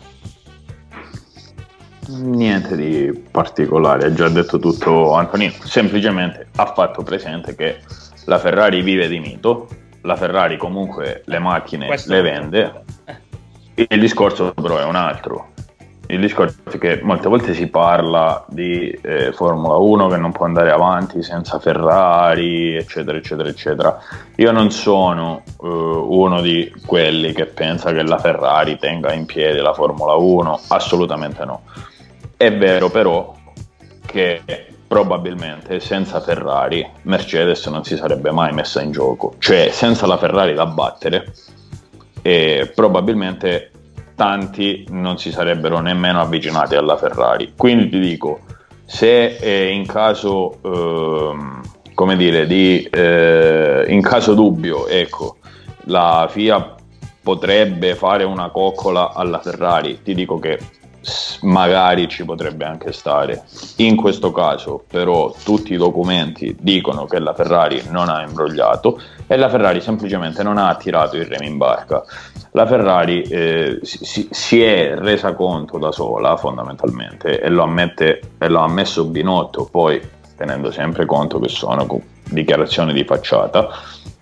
Niente di particolare, ha già detto tutto Antonino, semplicemente ha fatto presente che la Ferrari vive di mito, la Ferrari comunque le macchine Questo le vende, il discorso però è un altro. Il discorso è che molte volte si parla di eh, Formula uno che non può andare avanti senza Ferrari, eccetera, eccetera, eccetera. Io non sono eh, uno di quelli che pensa che la Ferrari tenga in piedi la Formula uno, assolutamente no. È vero però che probabilmente senza Ferrari Mercedes non si sarebbe mai messa in gioco. Cioè senza la Ferrari da battere, eh, probabilmente tanti non si sarebbero nemmeno avvicinati alla Ferrari. Quindi ti dico, se eh, in caso eh, come dire di eh, in caso dubbio, ecco, la F I A potrebbe fare una coccola alla Ferrari, ti dico che magari ci potrebbe anche stare. In questo caso però tutti i documenti dicono che la Ferrari non ha imbrogliato e la Ferrari semplicemente non ha tirato i remi in barca. La Ferrari eh, si, si è resa conto da sola fondamentalmente, e lo ammette e lo ha ammesso Binotto, poi tenendo sempre conto che sono dichiarazioni di facciata,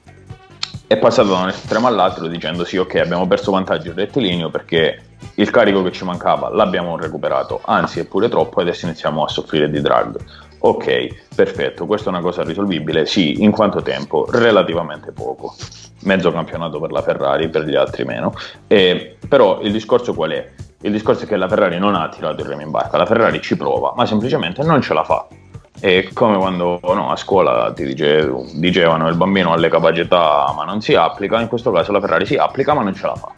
è passato da un estremo all'altro dicendo sì, ok, abbiamo perso vantaggio in rettilineo perché il carico che ci mancava l'abbiamo recuperato, anzi è pure troppo, e adesso iniziamo a soffrire di drag. Ok, perfetto, questa è una cosa risolvibile? Sì, in quanto tempo? Relativamente poco, mezzo campionato per la Ferrari, per gli altri meno. E, però il discorso qual è? Il discorso è che la Ferrari non ha tirato il remo in barca, la Ferrari ci prova, ma semplicemente non ce la fa. È come quando no, a scuola ti dice, dicevano il bambino ha le capacità ma non si applica, in questo caso la Ferrari si applica ma non ce la fa.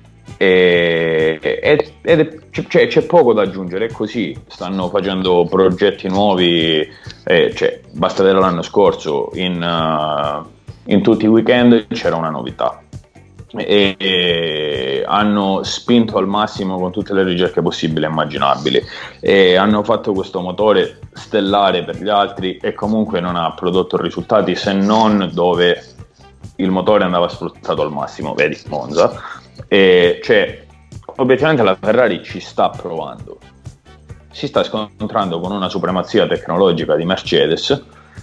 E, ed è, cioè, c'è poco da aggiungere, è così. Stanno facendo progetti nuovi, eh, cioè, basta vedere l'anno scorso in, uh, in tutti i weekend c'era una novità e, e hanno spinto al massimo con tutte le ricerche possibili e immaginabili e hanno fatto questo motore stellare per gli altri e comunque non ha prodotto risultati se non dove il motore andava sfruttato al massimo, vedi Monza. E cioè, obiettivamente la Ferrari ci sta provando, si sta scontrando con una supremazia tecnologica di Mercedes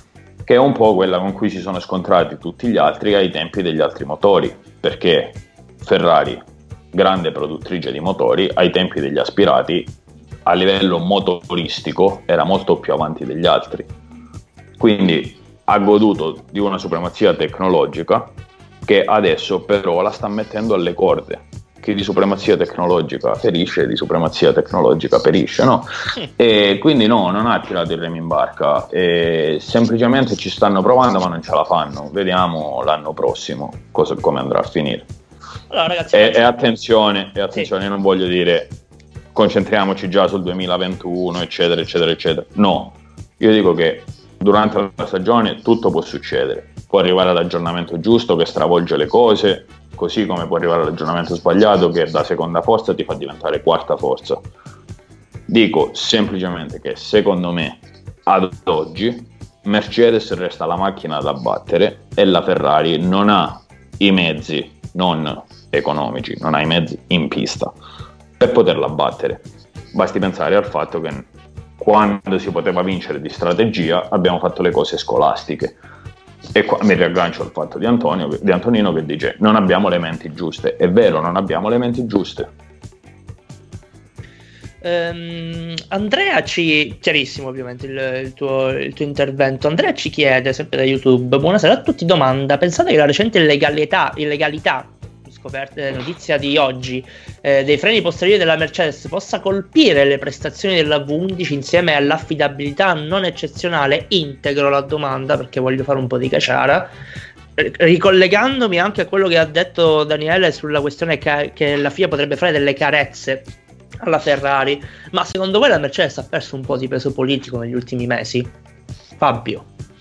che è un po' quella con cui si sono scontrati tutti gli altri ai tempi degli altri motori, perché Ferrari, grande produttrice di motori, ai tempi degli aspirati a livello motoristico era molto più avanti degli altri, quindi ha goduto di una supremazia tecnologica che adesso però la sta mettendo alle corde. Chi di supremazia tecnologica ferisce, di supremazia tecnologica perisce, no? E quindi no, non ha tirato il remo in barca, e semplicemente ci stanno provando ma non ce la fanno. Vediamo l'anno prossimo cosa, come andrà a finire. Allora, ragazzi, e, e attenzione, e attenzione, sì. Io non voglio dire concentriamoci già sul duemilaventuno, eccetera, eccetera, eccetera. No, io dico che durante la stagione tutto può succedere. Può arrivare all'aggiornamento giusto che stravolge le cose, così come può arrivare all'aggiornamento sbagliato che da seconda forza ti fa diventare quarta forza. Dico semplicemente che secondo me ad oggi Mercedes resta la macchina da battere e la Ferrari non ha i mezzi non economici, non ha i mezzi in pista per poterla battere. Basti pensare al fatto che quando si poteva vincere di strategia abbiamo fatto le cose scolastiche. E qua mi riaggancio al fatto di, Antonio, di Antonino che dice non abbiamo le menti giuste. È vero, non abbiamo le menti giuste. um, Andrea ci, chiarissimo ovviamente il, il, tuo, il tuo intervento. Andrea ci chiede sempre da YouTube: buonasera a tutti, domanda, pensate che la recente illegalità, illegalità scoperte, notizia di oggi, eh, dei freni posteriori della Mercedes possa colpire le prestazioni della V undici insieme all'affidabilità non eccezionale? Integro la domanda perché voglio fare un po' di caciara, ricollegandomi anche a quello che ha detto Daniele sulla questione che, che la F I A potrebbe fare delle carezze alla Ferrari. Ma secondo voi la Mercedes ha perso un po' di peso politico negli ultimi mesi? Fabio?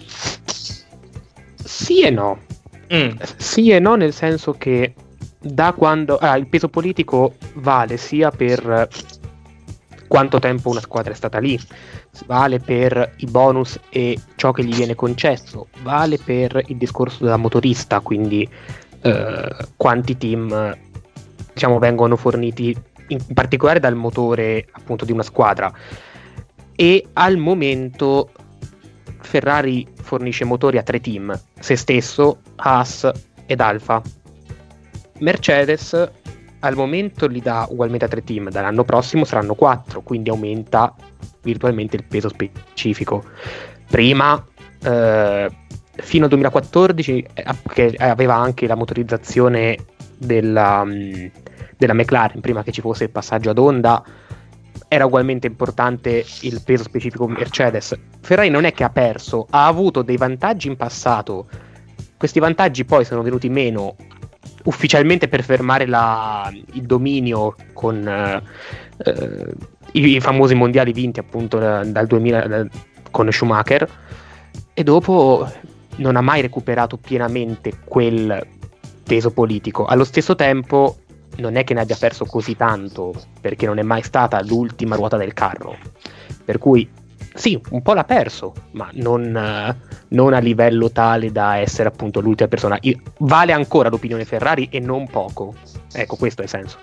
Sì e no. Mm. Sì e no, nel senso che da quando ah, il peso politico vale sia per quanto tempo una squadra è stata lì, vale per i bonus e ciò che gli viene concesso, vale per il discorso della motorista, quindi eh, quanti team diciamo vengono forniti in particolare dal motore appunto di una squadra. E al momento Ferrari fornisce motori a tre team, se stesso, Haas ed Alfa. Mercedes al momento li dà ugualmente a tre team, dall'anno prossimo saranno quattro, quindi aumenta virtualmente il peso specifico. Prima eh, fino al duemilaquattordici eh, che aveva anche la motorizzazione della, mh, della McLaren, prima che ci fosse il passaggio ad Honda, era ugualmente importante il peso specifico Mercedes. Ferrari non è che ha perso, ha avuto dei vantaggi in passato, questi vantaggi poi sono venuti meno ufficialmente per fermare la, il dominio con eh, eh, i, i famosi mondiali vinti appunto dal duemila da, con Schumacher, e dopo non ha mai recuperato pienamente quel peso politico. Allo stesso tempo non è che ne abbia perso così tanto, perché non è mai stata l'ultima ruota del carro, per cui sì, un po' l'ha perso, ma non, uh, non a livello tale da essere appunto l'ultima persona. I- vale ancora l'opinione Ferrari e non poco. Ecco, questo è il senso.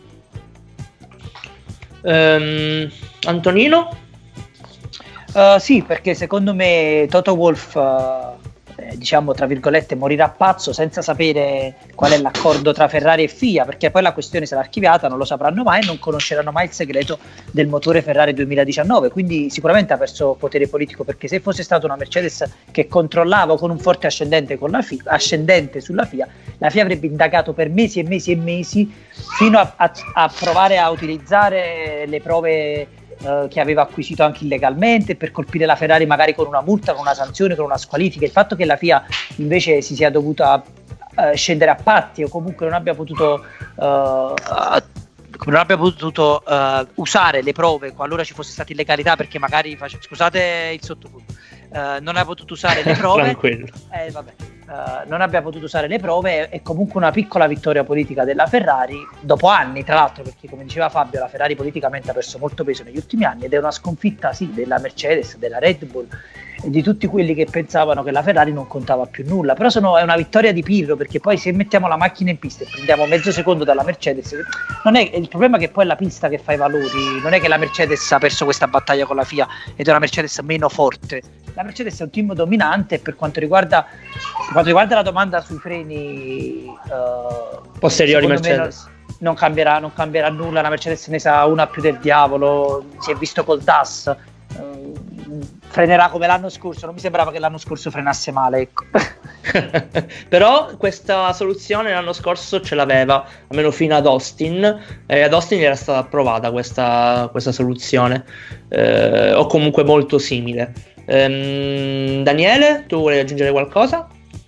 Um, Antonino? Uh, sì, perché secondo me Toto Wolff, uh, eh, diciamo tra virgolette, morirà pazzo senza sapere qual è l'accordo tra Ferrari e F I A, perché poi la questione sarà archiviata, non lo sapranno mai e non conosceranno mai il segreto del motore Ferrari duemiladiciannove, quindi sicuramente ha perso potere politico, perché se fosse stata una Mercedes che controllava con un forte ascendente, con la F I A, ascendente sulla F I A, la F I A avrebbe indagato per mesi e mesi e mesi fino a, a, a provare a utilizzare le prove Uh, che aveva acquisito anche illegalmente per colpire la Ferrari magari con una multa, con una sanzione, con una squalifica. Il fatto che la F I A invece si sia dovuta uh, scendere a patti o comunque non abbia potuto uh, uh, non abbia potuto uh, usare le prove qualora ci fosse stata illegalità, perché magari face... scusate il sottofondo uh, non ha potuto usare le prove eh, vabbè. Uh, non abbia potuto usare le prove è comunque una piccola vittoria politica della Ferrari dopo anni, tra l'altro, perché come diceva Fabio la Ferrari politicamente ha perso molto peso negli ultimi anni ed è una sconfitta sì della Mercedes, della Red Bull e di tutti quelli che pensavano che la Ferrari non contava più nulla. Però sono, è una vittoria di Pirro, perché poi se mettiamo la macchina in pista e prendiamo mezzo secondo dalla Mercedes, non è, il problema è che poi è la pista che fa i valori, non è che la Mercedes ha perso questa battaglia con la F I A ed è una Mercedes meno forte la Mercedes è un team dominante. Per quanto riguarda, per quanto riguarda la domanda sui freni uh, posteriori Mercedes, non, non, cambierà, non cambierà nulla. La Mercedes ne sa una più del diavolo, si è visto col D A S, uh, frenerà come l'anno scorso. Non mi sembrava che l'anno scorso frenasse male, ecco. Però questa soluzione l'anno scorso ce l'aveva, almeno fino ad Austin, e ad Austin era stata approvata questa, questa soluzione, eh, o comunque molto simile. ehm, Daniele, tu vuoi aggiungere qualcosa?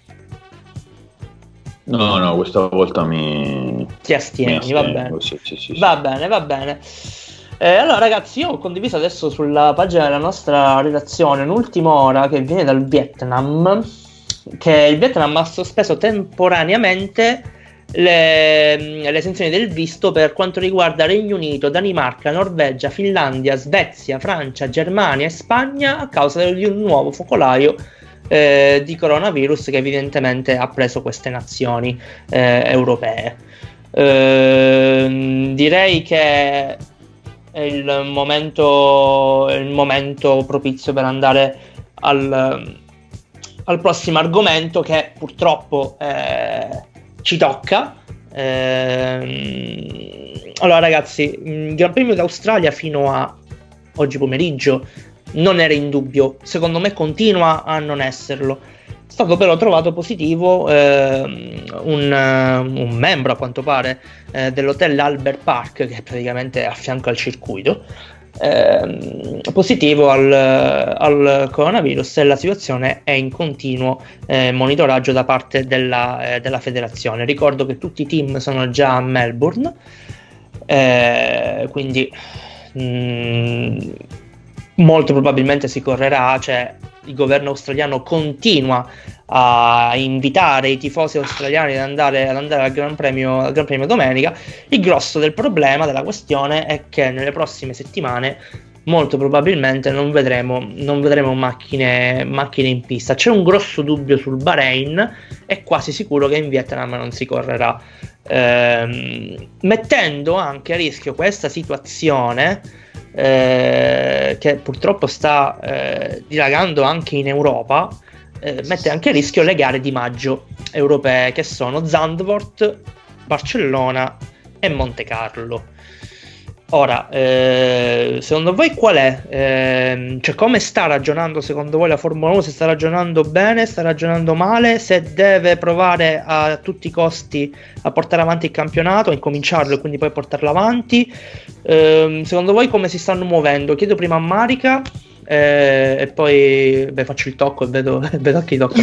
No, no, questa volta mi ti astieni, mi va bene. Sì, sì, sì, va sì. bene, va bene. Eh, allora ragazzi, io ho condiviso adesso sulla pagina della nostra redazione un'ultima ora che viene dal Vietnam, che il Vietnam ha sospeso temporaneamente le, le esenzioni del visto per quanto riguarda Regno Unito, Danimarca, Norvegia, Finlandia, Svezia, Francia, Germania e Spagna a causa di un nuovo focolaio eh, di coronavirus che evidentemente ha preso queste nazioni eh, europee. Eh, direi che è il momento, il momento propizio per andare al, al prossimo argomento, che purtroppo eh, ci tocca. Eh, allora ragazzi, il Gran Premio d'Australia fino a oggi pomeriggio non era in dubbio, secondo me continua a non esserlo. È stato però trovato positivo eh, un, un membro, a quanto pare, eh, dell'hotel Albert Park, che è praticamente a fianco al circuito, eh, positivo al, al coronavirus, e la situazione è in continuo eh, monitoraggio da parte della, eh, della federazione. Ricordo che tutti i team sono già a Melbourne, eh, quindi mh, molto probabilmente si correrà, cioè il governo australiano continua a invitare i tifosi australiani ad andare, ad andare al Gran Premio, al Gran Premio domenica. Il grosso del problema, della questione, è che nelle prossime settimane molto probabilmente non vedremo, non vedremo macchine, macchine in pista. C'è un grosso dubbio sul Bahrain, è quasi sicuro che in Vietnam non si correrà, ehm, mettendo anche a rischio questa situazione Eh, che purtroppo sta eh, dilagando anche in Europa, eh, mette anche a rischio le gare di maggio europee, che sono Zandvoort, Barcellona e Monte Carlo. Ora, eh, secondo voi qual è? Eh, cioè, come sta ragionando secondo voi la Formula uno? Se sta ragionando bene, sta ragionando male, se deve provare a tutti i costi a portare avanti il campionato, a incominciarlo e quindi poi portarlo avanti? Eh, secondo voi come si stanno muovendo? Chiedo prima a Marica eh, e poi beh, faccio il tocco e vedo, vedo a chi tocca.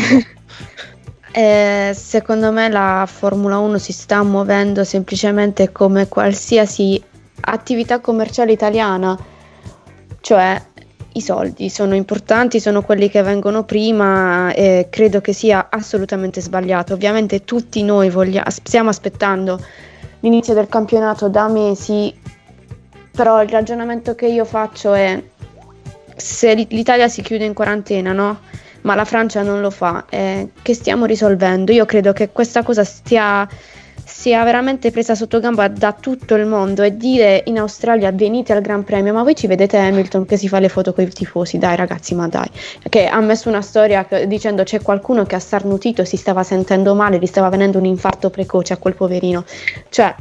Eh, secondo me la Formula uno si sta muovendo semplicemente come qualsiasi attività commerciale italiana, cioè i soldi sono importanti, sono quelli che vengono prima, e credo che sia assolutamente sbagliato. Ovviamente tutti noi voglia- stiamo aspettando l'inizio del campionato da mesi, però il ragionamento che io faccio è: se l'Italia si chiude in quarantena, no? Ma la Francia non lo fa, eh, che stiamo risolvendo? Io credo che questa cosa stia sia veramente presa sotto gamba da tutto il mondo, e dire in Australia venite al Gran Premio, ma voi ci vedete Hamilton che si fa le foto con i tifosi? Dai ragazzi, ma dai, che ha messo una storia dicendo c'è qualcuno che ha starnutito, si stava sentendo male, gli stava venendo un infarto precoce a quel poverino, cioè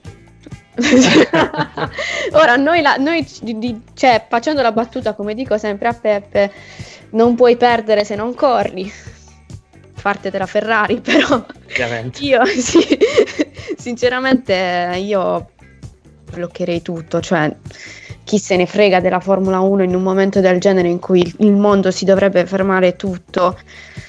ora noi, la, noi di, cioè, facendo la battuta, come dico sempre a Peppe, non puoi perdere se non corri, parte della Ferrari, però ovviamente. Io sì, sinceramente io bloccherei tutto, cioè chi se ne frega della Formula uno in un momento del genere in cui il, il mondo si dovrebbe fermare tutto,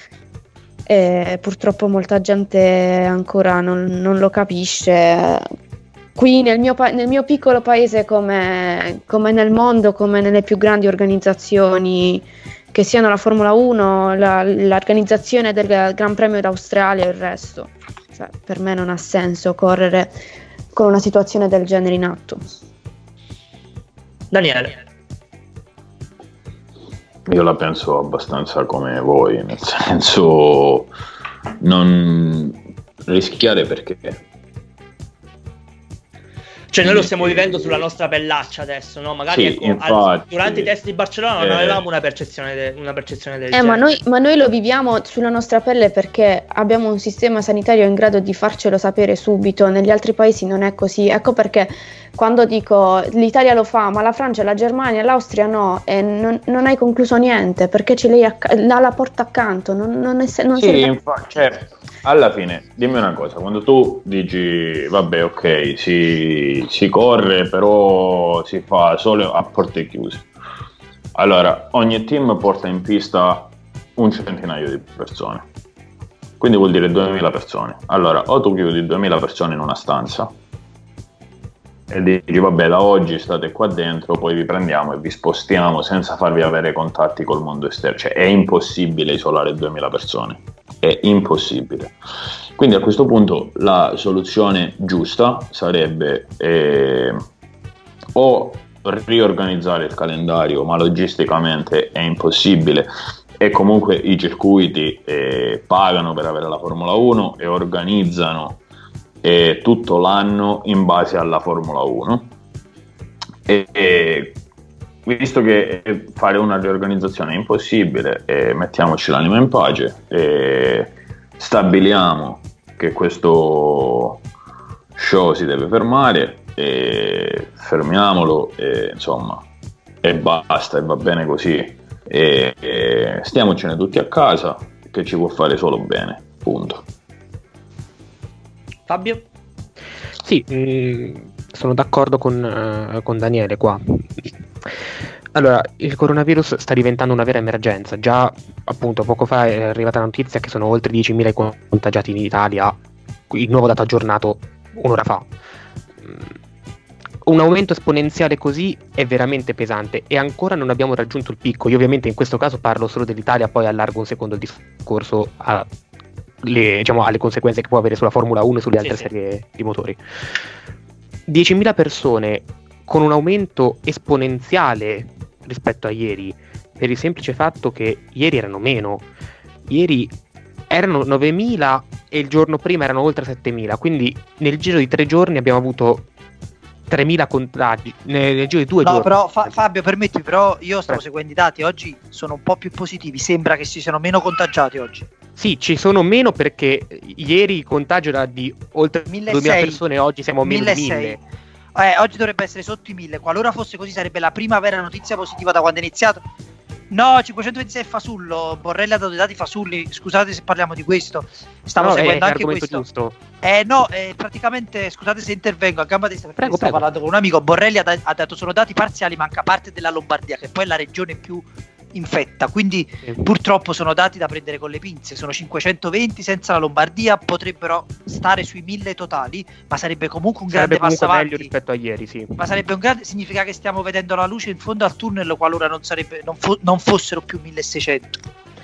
e purtroppo molta gente ancora non, non lo capisce. Qui nel mio, pa- nel mio piccolo paese, come, come nel mondo, come nelle più grandi organizzazioni, che siano la Formula uno, la, l'organizzazione del Gran Premio d'Australia e il resto, cioè, per me non ha senso correre con una situazione del genere in atto. Daniele. Io la penso abbastanza come voi, nel senso, non rischiare perché. Cioè noi lo stiamo vivendo sulla nostra pellaccia adesso, no? Magari sì, ecco, infatti, durante i test di Barcellona eh, non avevamo una percezione, de- una percezione del Eh, genere. ma noi, ma noi lo viviamo sulla nostra pelle perché abbiamo un sistema sanitario in grado di farcelo sapere subito, negli altri paesi non è così. Ecco perché quando dico l'Italia lo fa, ma la Francia, la Germania, l'Austria no, e non, non hai concluso niente, perché ce l'hai acc- alla porta accanto, non, non, è, non sì, serve- infa- cioè, alla fine, dimmi una cosa, quando tu dici, vabbè, ok, si, si corre, però si fa solo a porte chiuse. Allora, ogni team porta in pista un centinaio di persone, quindi vuol dire duemila persone. Allora, o tu chiudi duemila persone in una stanza e dici, vabbè, da oggi state qua dentro, poi vi prendiamo e vi spostiamo senza farvi avere contatti col mondo esterno. Cioè, è impossibile isolare duemila persone. È impossibile. Quindi a questo punto la soluzione giusta sarebbe eh, o riorganizzare il calendario, ma logisticamente è impossibile e comunque i circuiti eh, pagano per avere la Formula uno e organizzano eh, tutto l'anno in base alla Formula uno e, e visto che fare una riorganizzazione è impossibile, eh, mettiamoci l'anima in pace e stabiliamo che questo show si deve fermare e fermiamolo e, insomma, e basta, e va bene così e, e stiamocene tutti a casa, che ci può fare solo bene, punto. Fabio? Sì, mh, sono d'accordo con, uh, con Daniele qua. Allora, il coronavirus sta diventando una vera emergenza. Già, appunto, poco fa è arrivata la notizia che sono oltre diecimila i contagiati in Italia, il nuovo dato aggiornato un'ora fa. Un aumento esponenziale così è veramente pesante e ancora non abbiamo raggiunto il picco. Io ovviamente in questo caso parlo solo dell'Italia, poi allargo un secondo il discorso a le, diciamo, alle conseguenze che può avere sulla Formula uno e sulle altre sì, sì. serie di motori. diecimila persone con un aumento esponenziale rispetto a ieri, per il semplice fatto che ieri erano meno. Ieri erano novemila e il giorno prima erano oltre settemila, quindi nel giro di tre giorni abbiamo avuto tremila contagi nel, nel giro di due no, giorni. però Fa- Fabio, permetti, però io stavo Prego. seguendo i dati, oggi sono un po' più positivi, sembra che ci siano meno contagiati oggi. Sì, ci sono meno perché ieri il contagio era di oltre duemila persone, oggi siamo a meno di mille. Eh, oggi dovrebbe essere sotto i mille, qualora fosse così sarebbe la prima vera notizia positiva da quando è iniziato. No, cinquecentoventisei Fasullo, Borrelli ha dato i dati fasulli, scusate se parliamo di questo, stavo no, seguendo è anche questo. Giusto. Eh no, eh, praticamente, scusate se intervengo a gamba destra perché Prego, stavo prego. parlando con un amico, Borrelli ha, da- ha detto sono dati parziali, manca parte della Lombardia, che poi è la regione più infetta, quindi Sì. purtroppo sono dati da prendere con le pinze, sono cinquecentoventi senza la Lombardia, potrebbero stare sui mille totali, ma sarebbe comunque un Sarebbe grande passo comunque avanti. meglio rispetto a ieri, sì. Ma sarebbe un grande, significa che stiamo vedendo la luce in fondo al tunnel qualora non, sarebbe, non, fo- non fossero più milleseicento.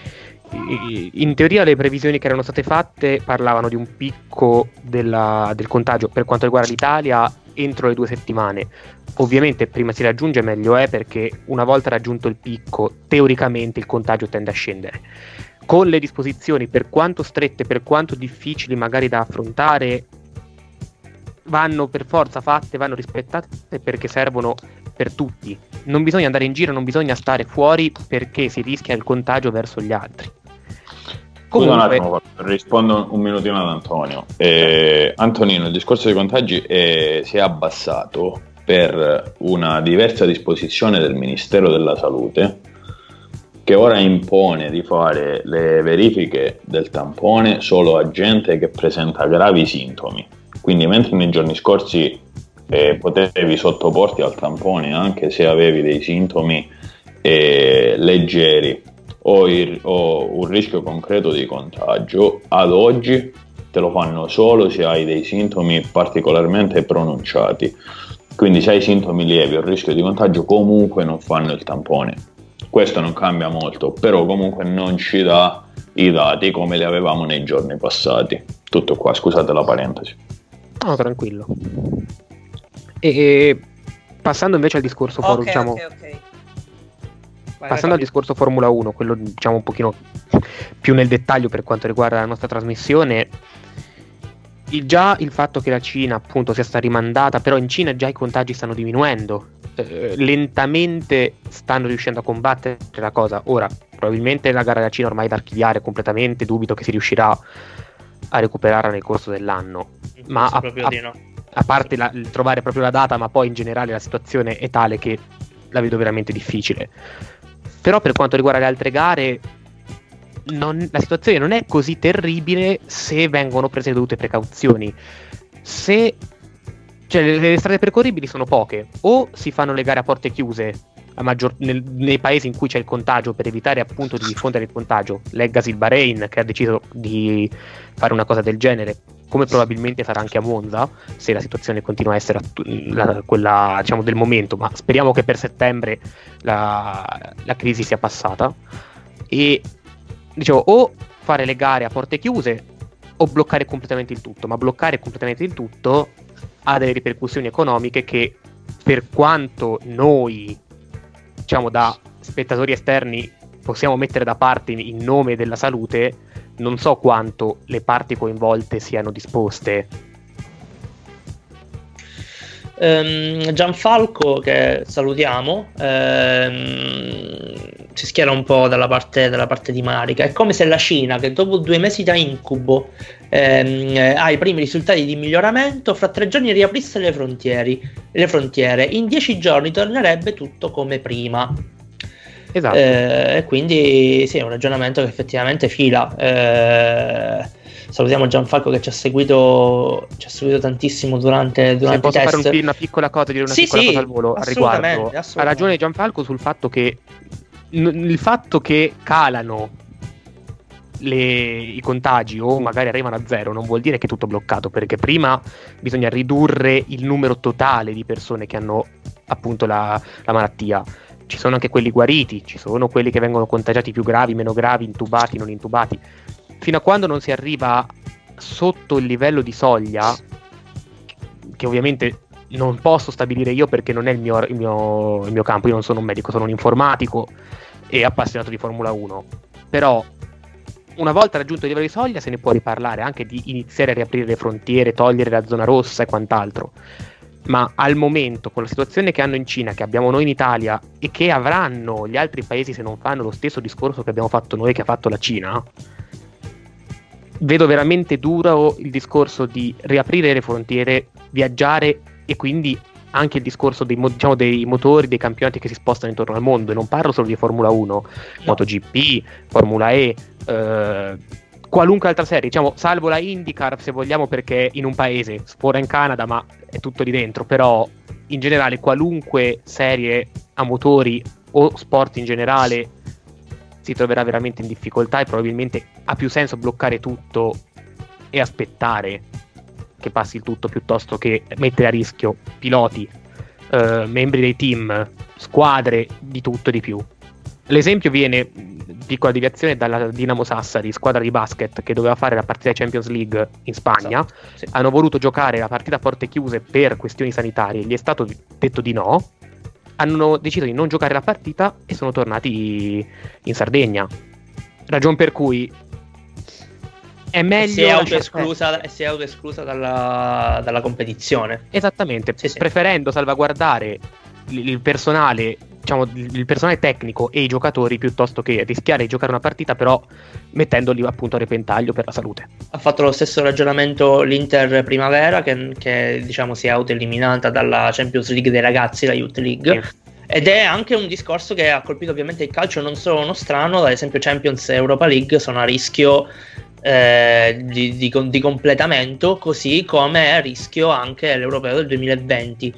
In teoria le previsioni che erano state fatte parlavano di un picco della, del contagio per quanto riguarda l'Italia entro le due settimane. Ovviamente prima si raggiunge meglio è, perché una volta raggiunto il picco teoricamente il contagio tende a scendere. Con le disposizioni, per quanto strette, per quanto difficili magari da affrontare, vanno per forza fatte, vanno rispettate perché servono per tutti. Non bisogna andare in giro, non bisogna stare fuori perché si rischia il contagio verso gli altri. Scusa un Comunque, attimo, rispondo un minutino ad Antonio. Eh, Antonino, il discorso dei contagi eh, si è abbassato per una diversa disposizione del Ministero della Salute, che ora impone di fare le verifiche del tampone solo a gente che presenta gravi sintomi. Quindi mentre nei giorni scorsi eh, potevi sottoporti al tampone anche se avevi dei sintomi eh, leggeri o, il, o un rischio concreto di contagio, ad oggi te lo fanno solo se hai dei sintomi particolarmente pronunciati. Quindi se hai sintomi lievi o rischio di contagio comunque non fanno il tampone. Questo non cambia molto, però comunque non ci dà i dati come li avevamo nei giorni passati. Tutto qua, scusate la parentesi. no, tranquillo. E, e passando invece al discorso for- Ok, diciamo, ok, ok. Vai, passando vai, al discorso Formula uno, quello diciamo un pochino più nel dettaglio per quanto riguarda la nostra trasmissione, il, già il fatto che la Cina appunto sia stata rimandata, però in Cina già i contagi stanno diminuendo, eh, lentamente stanno riuscendo a combattere la cosa. Ora probabilmente la gara della Cina ormai è da archiviare completamente, dubito che si riuscirà a recuperarla nel corso dell'anno, ma a, proprio a, di no. a parte la, il trovare proprio la data, ma poi in generale la situazione è tale che la vedo veramente difficile. Però per quanto riguarda le altre gare, non, la situazione non è così terribile se vengono prese le dovute precauzioni. Se cioè le, le strade percorribili sono poche, o si fanno le gare a porte chiuse a maggior, nel, nei paesi in cui c'è il contagio, per evitare appunto di diffondere il contagio. Leggasi il Bahrain, che ha deciso di fare una cosa del genere, come probabilmente sarà anche a Monza se la situazione continua a essere la, quella, diciamo, del momento, ma speriamo che per settembre la, la crisi sia passata. E dicevo, o fare le gare a porte chiuse o bloccare completamente il tutto, ma bloccare completamente il tutto ha delle ripercussioni economiche che, per quanto noi, diciamo, da spettatori esterni possiamo mettere da parte in, in nome della salute, non so quanto le parti coinvolte siano disposte. Um, Gianfalco, che salutiamo, um, si schiera un po' dalla parte, dalla parte di Marica. È come se la Cina, che dopo due mesi da incubo um, ha i primi risultati di miglioramento, fra tre giorni riaprisse le frontiere, le frontiere. In dieci giorni tornerebbe tutto come prima. Esatto. E eh, quindi sì, è un ragionamento che effettivamente fila. Eh, salutiamo Gianfalco che ci ha seguito, ci ha seguito tantissimo durante, durante Se i posso test. fare un, una piccola cosa, dire una sì, piccola sì, cosa al volo al riguardo. Ha ragione Gianfalco sul fatto che n- il fatto che calano le, i contagi o magari arrivano a zero non vuol dire che è tutto bloccato, perché prima bisogna ridurre il numero totale di persone che hanno appunto la, la malattia. Ci sono anche quelli guariti, ci sono quelli che vengono contagiati più gravi, meno gravi, intubati, non intubati. Fino a quando non si arriva sotto il livello di soglia, che ovviamente non posso stabilire io perché non è il mio, il mio, il mio campo, io non sono un medico, sono un informatico e appassionato di Formula uno, però una volta raggiunto il livello di soglia se ne può riparlare anche di iniziare a riaprire le frontiere, togliere la zona rossa e quant'altro. Ma al momento, con la situazione che hanno in Cina, che abbiamo noi in Italia e che avranno gli altri paesi se non fanno lo stesso discorso che abbiamo fatto noi, che ha fatto la Cina, vedo veramente duro il discorso di riaprire le frontiere, viaggiare e quindi anche il discorso dei, diciamo, dei motori, dei campionati che si spostano intorno al mondo. E non parlo solo di Formula uno, no. MotoGP, Formula E, eh, qualunque altra serie, diciamo, salvo la IndyCar se vogliamo, perché in un paese, ora in Canada, ma è tutto lì dentro. Però in generale qualunque serie a motori o sport in generale si troverà veramente in difficoltà, e probabilmente ha più senso bloccare tutto e aspettare che passi il tutto piuttosto che mettere a rischio piloti, eh, membri dei team, squadre, di tutto e di più. L'esempio viene, piccola deviazione, dalla Dinamo Sassari, squadra di basket che doveva fare la partita di Champions League in Spagna. Esatto, sì. Hanno voluto giocare la partita a porte chiuse per questioni sanitarie, gli è stato detto di no, hanno deciso di non giocare la partita e sono tornati in Sardegna, ragion per cui è meglio, si è autoesclusa, e si è autoesclusa dalla, dalla competizione. Esattamente, sì, sì. Preferendo salvaguardare il, il personale, diciamo il personale tecnico e i giocatori, piuttosto che rischiare di giocare una partita però mettendoli appunto a repentaglio per la salute. Ha fatto lo stesso ragionamento l'Inter Primavera, che, che diciamo si è autoeliminata dalla Champions League dei ragazzi, la Youth League, sì. Ed è anche un discorso che ha colpito ovviamente il calcio non solo nostrano. Ad esempio Champions e Europa League sono a rischio eh, di, di, di completamento, così come è a rischio anche l'Europeo del duemilaventi.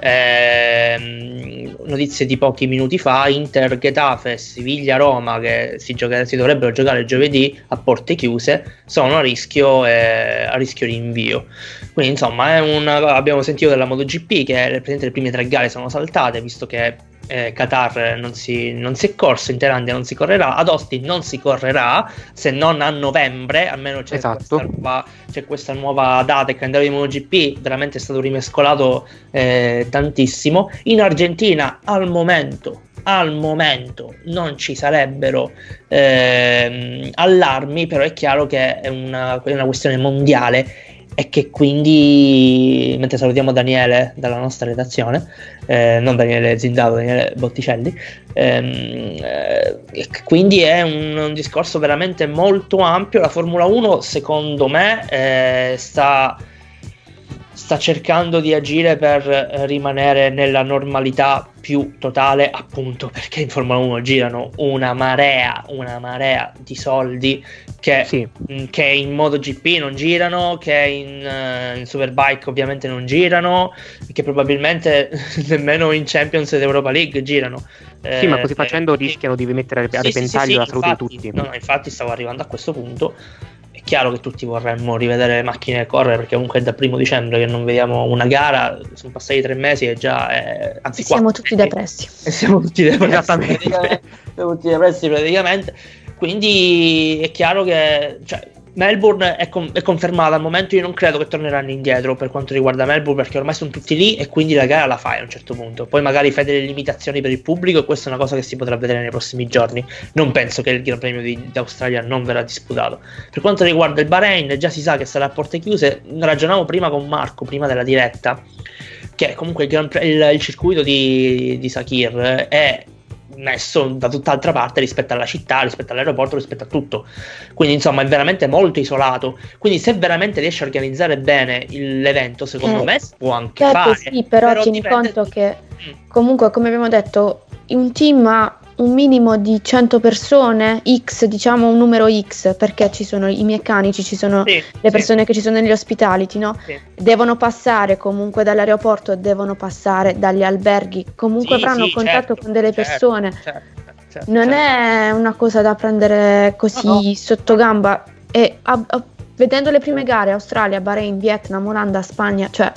Eh, notizie di pochi minuti fa: Inter, Getafe, Siviglia, Roma, che si, gioca- si dovrebbero giocare giovedì a porte chiuse, sono a rischio, eh, a rischio di invio. Quindi insomma è un, abbiamo sentito della MotoGP che le prime tre gare sono saltate, visto che eh, Qatar non si, non si è corso, in Thailandia non si correrà, ad Austin non si correrà se non a novembre, almeno c'è, esatto. questa, nuova, c'è questa nuova data. Il calendario di MotoGP veramente è stato rimescolato eh, tantissimo. In Argentina al momento al momento non ci sarebbero eh, allarmi, però è chiaro che è una, è una questione mondiale e che quindi, mentre salutiamo Daniele dalla nostra redazione, eh, non Daniele Zindato, Daniele Botticelli, ehm, eh, quindi è un, un discorso veramente molto ampio. La Formula uno secondo me eh, sta, sta cercando di agire per rimanere nella normalità più totale, appunto perché in Formula uno girano una marea, una marea di soldi che, sì. mh, che in MotoGP non girano, che in, uh, in Superbike ovviamente non girano, che probabilmente nemmeno in Champions ed Europa League girano. Sì, eh, ma così facendo eh, rischiano di mettere a sì, repentaglio sì, sì, la salute infatti, di tutti. No, no, infatti stavo arrivando a questo punto. È chiaro che tutti vorremmo rivedere le macchine correre, perché comunque è da primo dicembre che non vediamo una gara, sono passati tre mesi e già è, anzi e siamo quattro tutti mesi. depressi. E siamo tutti depressi, Esattamente. praticamente, siamo tutti depressi praticamente. Quindi è chiaro che, cioè, Melbourne è, con- è confermata al momento. Io non credo che torneranno indietro per quanto riguarda Melbourne, perché ormai sono tutti lì e quindi la gara la fai a un certo punto. Poi magari fai delle limitazioni per il pubblico e questa è una cosa che si potrà vedere nei prossimi giorni. Non penso che il Gran Premio di, d'Australia non verrà disputato. Per quanto riguarda il Bahrain, già si sa che sarà a porte chiuse. Ragionavo prima con Marco, prima della diretta, che comunque il, Gran Pre- il, il circuito di, di Sakir è messo da tutt'altra parte rispetto alla città, rispetto all'aeroporto, rispetto a tutto, quindi insomma è veramente molto isolato. Quindi se veramente riesce a organizzare bene il, l'evento, secondo eh, me si può anche certo, fare. sì, però, però tieni dipende... conto che comunque, come abbiamo detto, un team ha un minimo di cento persone, X, diciamo un numero X, perché ci sono i meccanici, ci sono sì, le persone sì. che ci sono negli ospitality, no? Sì. Devono passare comunque dall'aeroporto, devono passare dagli alberghi, comunque Sì, avranno sì, contatto certo, con delle certo, persone. certo, certo, Non certo. è una cosa da prendere così No, no. sotto gamba. E a, a, vedendo le prime gare, Australia, Bahrain, Vietnam, Olanda, Spagna, cioè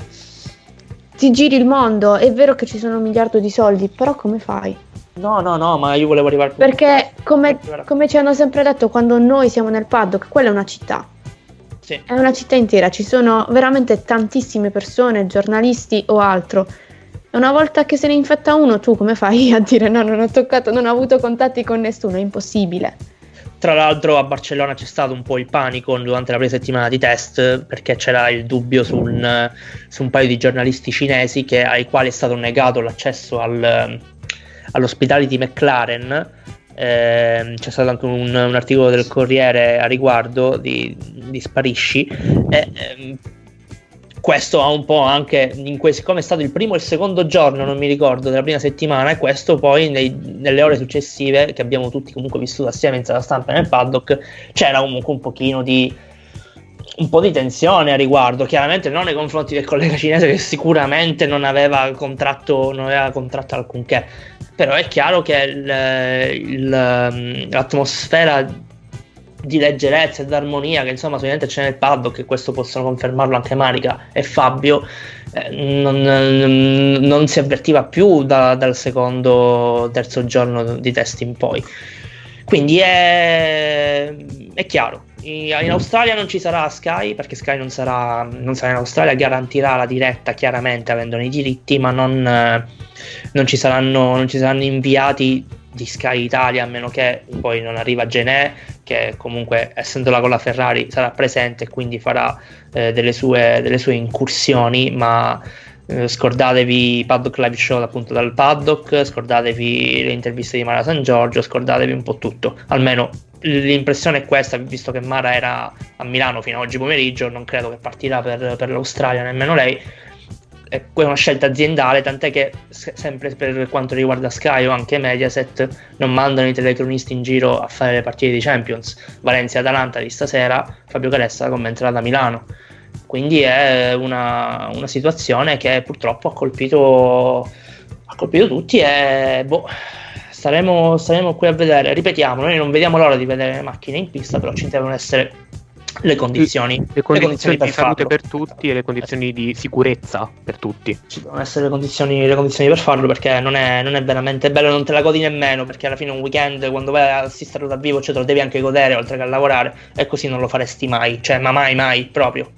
ti giri il mondo. È vero che ci sono un miliardo di soldi, però come fai? No, no, no, ma io volevo arrivare Perché come, come ci hanno sempre detto quando noi siamo nel paddock, quella è una città. Sì. È una città intera, ci sono veramente tantissime persone, giornalisti o altro. E una volta che se ne infetta uno, tu come fai a dire no, non ho toccato, non ho avuto contatti con nessuno? È impossibile. Tra l'altro a Barcellona c'è stato un po' il panico durante la prima settimana di test, perché c'era il dubbio su un, su un paio di giornalisti cinesi che, ai quali è stato negato l'accesso al, all'ospitality McLaren. Eh, c'è stato anche un, un articolo del Corriere a riguardo di, di Sparisci. E, ehm, questo ha un po' anche, in que- siccome è stato il primo e il secondo giorno, non mi ricordo, della prima settimana, e questo poi nei, nelle ore successive, che abbiamo tutti comunque vissuto assieme in sala stampa nel paddock, c'era comunque un pochino di un po' di tensione a riguardo, chiaramente non nei confronti del collega cinese, che sicuramente non aveva contratto, non aveva contratto alcunché, però è chiaro che il, il, l'atmosfera di leggerezza e d'armonia che insomma solamente c'è nel paddock, e questo possono confermarlo anche Marica e Fabio, eh, non, non, non si avvertiva più da, dal secondo terzo giorno di test in poi. Quindi è, è chiaro, in Australia non ci sarà Sky, perché Sky non sarà, non sarà in Australia, garantirà la diretta chiaramente avendone i diritti, ma non, non ci saranno, non ci saranno inviati di Sky Italia, a meno che poi non arriva Genè, che comunque essendola con la Ferrari sarà presente e quindi farà eh, delle, sue, delle sue incursioni, ma eh, scordatevi Paddock Live Show appunto dal paddock, scordatevi le interviste di Mara San Giorgio, scordatevi un po' tutto, almeno l'impressione è questa, visto che Mara era a Milano fino a oggi pomeriggio, non credo che partirà per, per l'Australia nemmeno lei. È una scelta aziendale, tant'è che sempre per quanto riguarda Sky o anche Mediaset non mandano i telecronisti in giro a fare le partite di Champions. Valencia-Atalanta di stasera, Fabio Caressa commenterà da Milano, quindi è una, una situazione che purtroppo ha colpito ha colpito tutti e boh, staremo, staremo qui a vedere. Ripetiamo, noi non vediamo l'ora di vedere le macchine in pista, però ci devono essere le condizioni, le condizioni, le condizioni per di salute farlo. per tutti e le condizioni di sicurezza per tutti. Ci devono essere le condizioni, le condizioni per farlo, perché non è, non è veramente bello, non te la godi nemmeno, perché alla fine un weekend quando vai a assistere dal vivo cioè, te lo devi anche godere oltre che a lavorare, e così non lo faresti mai, cioè ma mai mai proprio.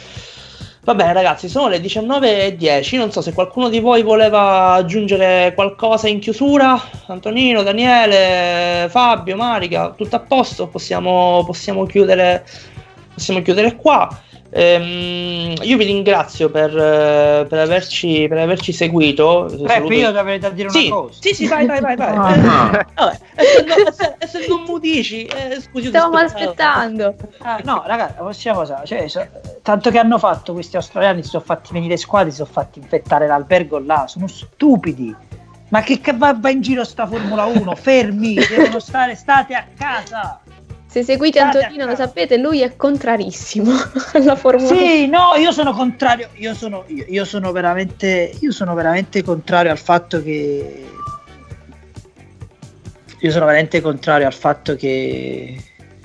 Va bene ragazzi, sono le diciannove e dieci, non so se qualcuno di voi voleva aggiungere qualcosa in chiusura. Antonino, Daniele, Fabio, Marica, tutto a posto? Possiamo, possiamo chiudere possiamo chiudere qua. Ehm, io vi ringrazio per, eh, per, averci, per averci seguito. Beh, io dovrei da dire sì, una cosa. Sì, sì, vai, vai, vai, vai. Ah, eh, no. vabbè, essendo, essendo, essendo un mudici, eh, scusi. Stavamo aspettando. Ah, no, ragazzi, possiamo cioè, so, tanto che hanno fatto questi australiani, si sono fatti venire squadre, si sono fatti infettare l'albergo là, sono stupidi. Ma che, che va, va in giro sta Formula uno? Fermi, devono stare, state a casa. Se seguite State Antonino lo sapete, lui è contrarissimo alla Formula uno. Sì, no, io sono contrario, io sono, io, io sono veramente, io sono veramente contrario al fatto che io sono veramente contrario al fatto che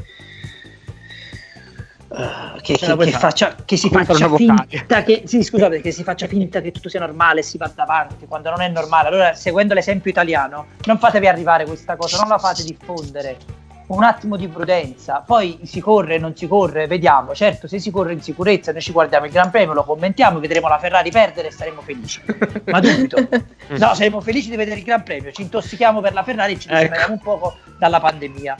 uh, che, che, che, faccia, che si faccia finta che, sì, scusate, che si faccia finta che tutto sia normale e si va davanti quando non è normale. Allora, seguendo l'esempio italiano, non fatevi arrivare questa cosa, non la fate diffondere. Un attimo di prudenza, poi si corre, non si corre, vediamo. Certo, se si corre in sicurezza, noi ci guardiamo il Gran Premio, lo commentiamo, vedremo la Ferrari perdere e saremo felici. Ma dubito, no, saremo felici di vedere il Gran Premio, ci intossichiamo per la Ferrari e ci distraiamo ecco. un poco dalla pandemia.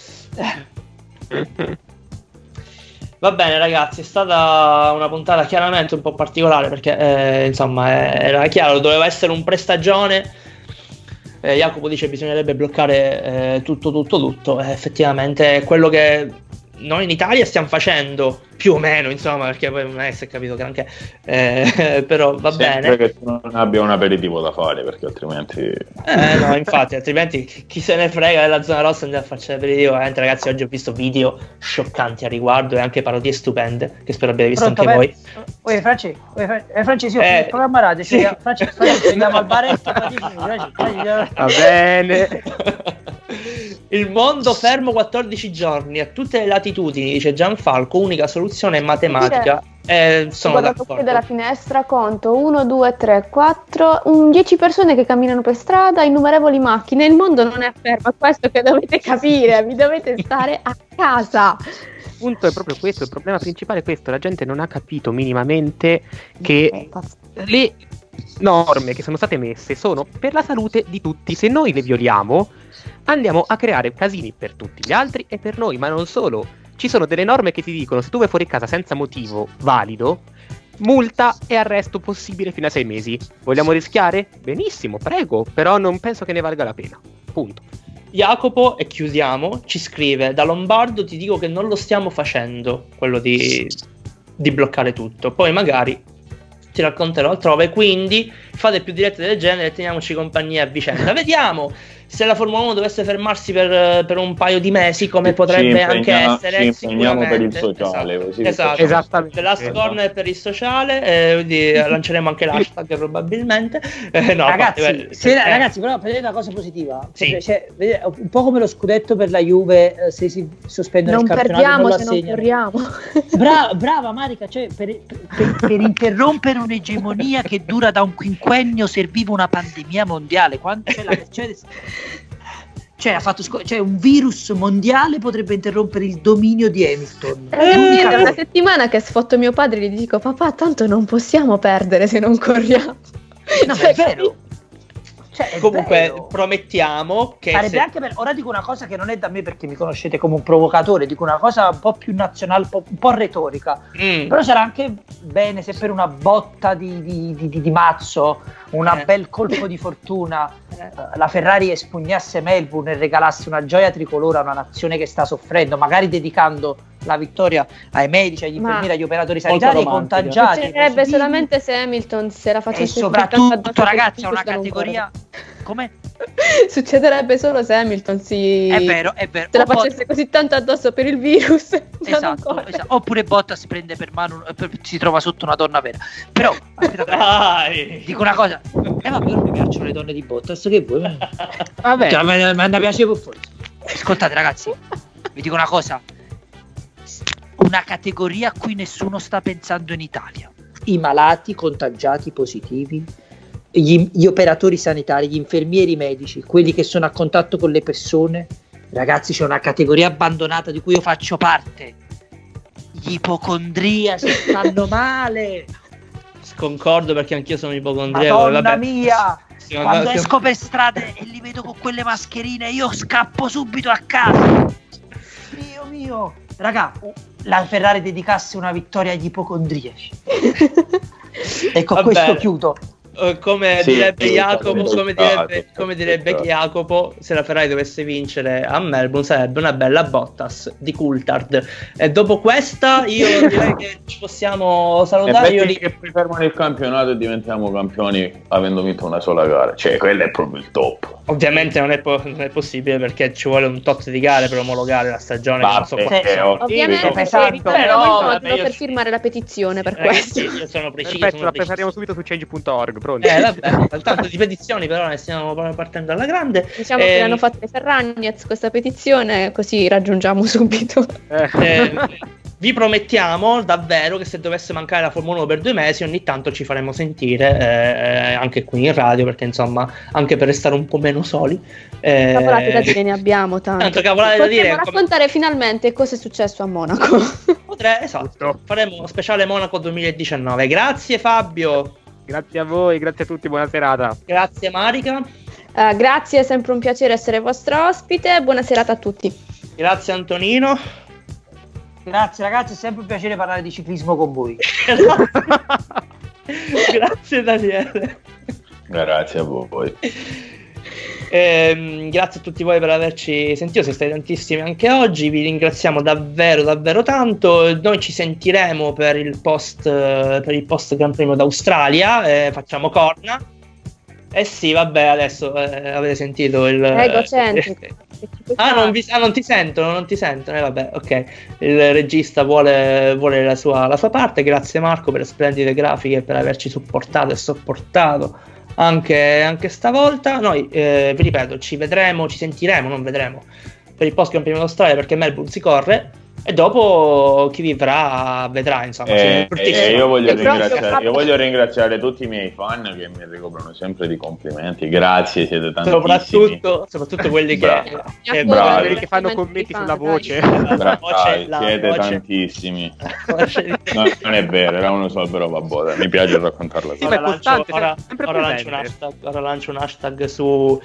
Va bene ragazzi, è stata una puntata chiaramente un po' particolare perché eh, insomma era chiaro, doveva essere un prestagione. Eh, Jacopo dice bisognerebbe bloccare eh, tutto tutto tutto eh, effettivamente è quello che noi in Italia stiamo facendo più o meno, insomma, perché poi non è si è capito che anche eh, però va sempre bene che tu non abbia un aperitivo da fare, perché altrimenti eh no infatti altrimenti chi se ne frega della zona rossa andare a farci l'aperitivo. Veramente ragazzi, oggi ho visto video scioccanti a riguardo e anche parodie stupende che spero abbiate visto. Pronto, anche beh, voi. Oye, Franci, oye, eh, Franci, sì, eh, il programma radio, sì. Cioè, Franci, Franci, andiamo al baretto. Va bene. Il mondo fermo quattordici giorni a tutte le latitudini, dice Gianfalco, unica soluzione è matematica. Eh, sono d'accordo. Qui dalla finestra conto uno, due, tre, quattro, dieci persone che camminano per strada, innumerevoli macchine. Il mondo non è fermo, è questo che dovete capire, vi dovete stare a casa. Il punto è proprio questo, il problema principale è questo, la gente non ha capito minimamente che le norme che sono state messe sono per la salute di tutti. Se noi le violiamo andiamo a creare casini per tutti gli altri e per noi, ma non solo. Ci sono delle norme che ti dicono: se tu vai fuori casa senza motivo valido, multa e arresto possibile fino a sei mesi. Vogliamo rischiare? Benissimo, prego, però non penso che ne valga la pena. Punto. Jacopo, e chiudiamo, ci scrive: da lombardo ti dico che non lo stiamo facendo, quello di, di bloccare tutto. Poi magari ti racconterò altrove, quindi fate più dirette del genere e teniamoci compagnia a vicenda. Vediamo se la Formula uno dovesse fermarsi per, per un paio di mesi, come potrebbe anche essere. Ci impegniamo per il sociale, esatto, così esatto. Esattamente. The Last Corner per il sociale, eh, quindi lanceremo anche l'hashtag probabilmente. Eh, no, ragazzi, infatti, se, eh. ragazzi, però vedete una cosa positiva, sì. Cioè, vedete, un po' come lo scudetto per la Juve, se si sospendono non il campionato perdiamo non se assegnano. non corriamo. Brava, brava Marica, cioè, per, per, per interrompere un'egemonia che dura da un quinquennio serviva una pandemia mondiale. Quando c'è la Mercedes, cioè, ha fatto sc- cioè un virus mondiale potrebbe interrompere il dominio di Hamilton. Eh, è una settimana che sfotto mio padre e gli dico: papà, tanto non possiamo perdere se non corriamo. No, Cioè, è vero. Cioè, è Comunque vero. promettiamo che sarebbe se... anche per... ora dico una cosa che non è da me perché mi conoscete come un provocatore, dico una cosa un po' più nazionale, un po', un po' retorica, mm. però sarà anche bene se per una botta di, di, di, di mazzo, un eh. bel colpo di fortuna, eh. la Ferrari espugnasse Melbourne e regalasse una gioia tricolore a una nazione che sta soffrendo, magari dedicando la vittoria ai medici, agli infermieri, agli operatori sanitari, ai contagiati. Succederebbe solamente se Hamilton se la facesse, e soprattutto ragazzi è una categoria come succederebbe solo se Hamilton si è vero, è vero. se la facesse Bott... così tanto addosso per il virus. Esatto, esatto. Oppure Bottas si prende per mano, si trova sotto una donna vera. Però Dai. dico una cosa, eh vabbè, non mi piacciono le donne di Bottas, che vuoi? Vabbè, cioè, ma, ma ne piace per forza. Ascoltate ragazzi, vi dico una cosa, una categoria a cui nessuno sta pensando in Italia: i malati contagiati positivi, gli, gli operatori sanitari, gli infermieri medici, quelli che sono a contatto con le persone. Ragazzi, c'è una categoria abbandonata di cui io faccio parte: gli ipocondriaci stanno male. Concordo, perché anch'io sono ipocondriaco. Madonna vabbè. mia, Siamo quando andati... esco per strade e li vedo con quelle mascherine io scappo subito a casa. Dio mio, raga, la Ferrari dedicasse una vittoria agli ipocondriaci. E con Vabbè. questo chiudo. Come Sì, direbbe sì, Jacopo, sì, come sì, direbbe, sì, come sì, direbbe sì. Jacopo, se la Ferrari dovesse vincere a Melbourne sarebbe una bella Bottas di Coulthard. E dopo questa io direi che ci possiamo E salutare. Io metti ri- che poi fermano il campionato e diventiamo campioni avendo vinto una sola gara, cioè quello è proprio il top. Ovviamente non è, po- non è possibile perché ci vuole un tot di gare per omologare la stagione. che non so Vabbè, quanto- eh, ho- Ovviamente pesante. poi ritroviamo Però, il modo vabbè, io- per firmare la petizione per Ragazzi, questo. io sono preciso. Perfetto, sono la preciso. prepariamo subito su change punto org, pronti? Eh, vabbè, tanto di petizioni però ne stiamo proprio partendo alla grande. Diciamo che Ehm, l'hanno fatta i Ferragnez questa petizione, così raggiungiamo subito. Eh. Eh, vi promettiamo davvero che se dovesse mancare la Formula uno per due mesi ogni tanto ci faremo sentire eh, anche qui in radio, perché insomma anche per restare un po' meno soli. eh, Cavolate da dire ne abbiamo tante. Tanto cavolate da Potremmo dire, come- raccontare finalmente cosa è successo a Monaco. potrei, esatto, faremo uno speciale Monaco duemiladiciannove. Grazie Fabio, Grazie a voi, grazie a tutti, buona serata. grazie Marica, Eh, grazie, è sempre un piacere essere vostro ospite. Buona serata a tutti. grazie Antonino. Grazie ragazzi, è sempre un piacere parlare di ciclismo con voi. Grazie Daniele. Grazie a voi. Ehm, grazie a tutti voi per averci sentito, siete stati tantissimi anche oggi, vi ringraziamo davvero davvero tanto. Noi ci sentiremo per il post eh, per il post Gran Premio d'Australia, eh, facciamo corna. Eh sì, vabbè, adesso eh, avete sentito il Egocentrico. Ah, non, vi, ah, non ti sentono, non ti sentono. Eh, vabbè, ok. Il regista vuole, vuole la, sua, la sua parte. Grazie Marco per le splendide grafiche e per averci supportato e sopportato anche, anche stavolta. Noi, eh, vi ripeto, ci vedremo, ci sentiremo, non vedremo, per il post Gran Premio d'Australia, perché Melbourne si corre. E dopo chi vivrà vedrà, insomma. Eh, Sì, eh, io, voglio E proprio ringraziare, fatto- io voglio ringraziare tutti i miei fan che mi ricoprono sempre di complimenti. Grazie, siete tantissimi. soprattutto, soprattutto quelli che, Bravi. che Bravi. Quelli che fanno commenti sulla voce. La voce- Bravi, la siete voce- tantissimi. la voce di- No, non è vero, era uno solo, però va buono. Mi piace raccontarla Sì, così. ma è ora, lancio, costante, ora, sempre ora lancio un presente. hashtag, ora lancio un hashtag su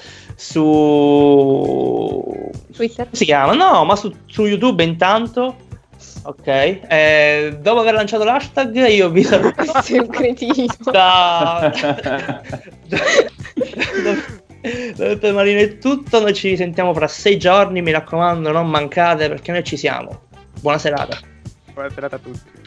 su Twitter. come si chiama? No, ma su, su YouTube intanto. Ok, eh, dopo aver lanciato l'hashtag io vi saluto Sei un cretino. da, da, da, da Marino è tutto. Noi ci risentiamo fra sei giorni, mi raccomando non mancate perché noi ci siamo. Buona serata. Buona serata a tutti.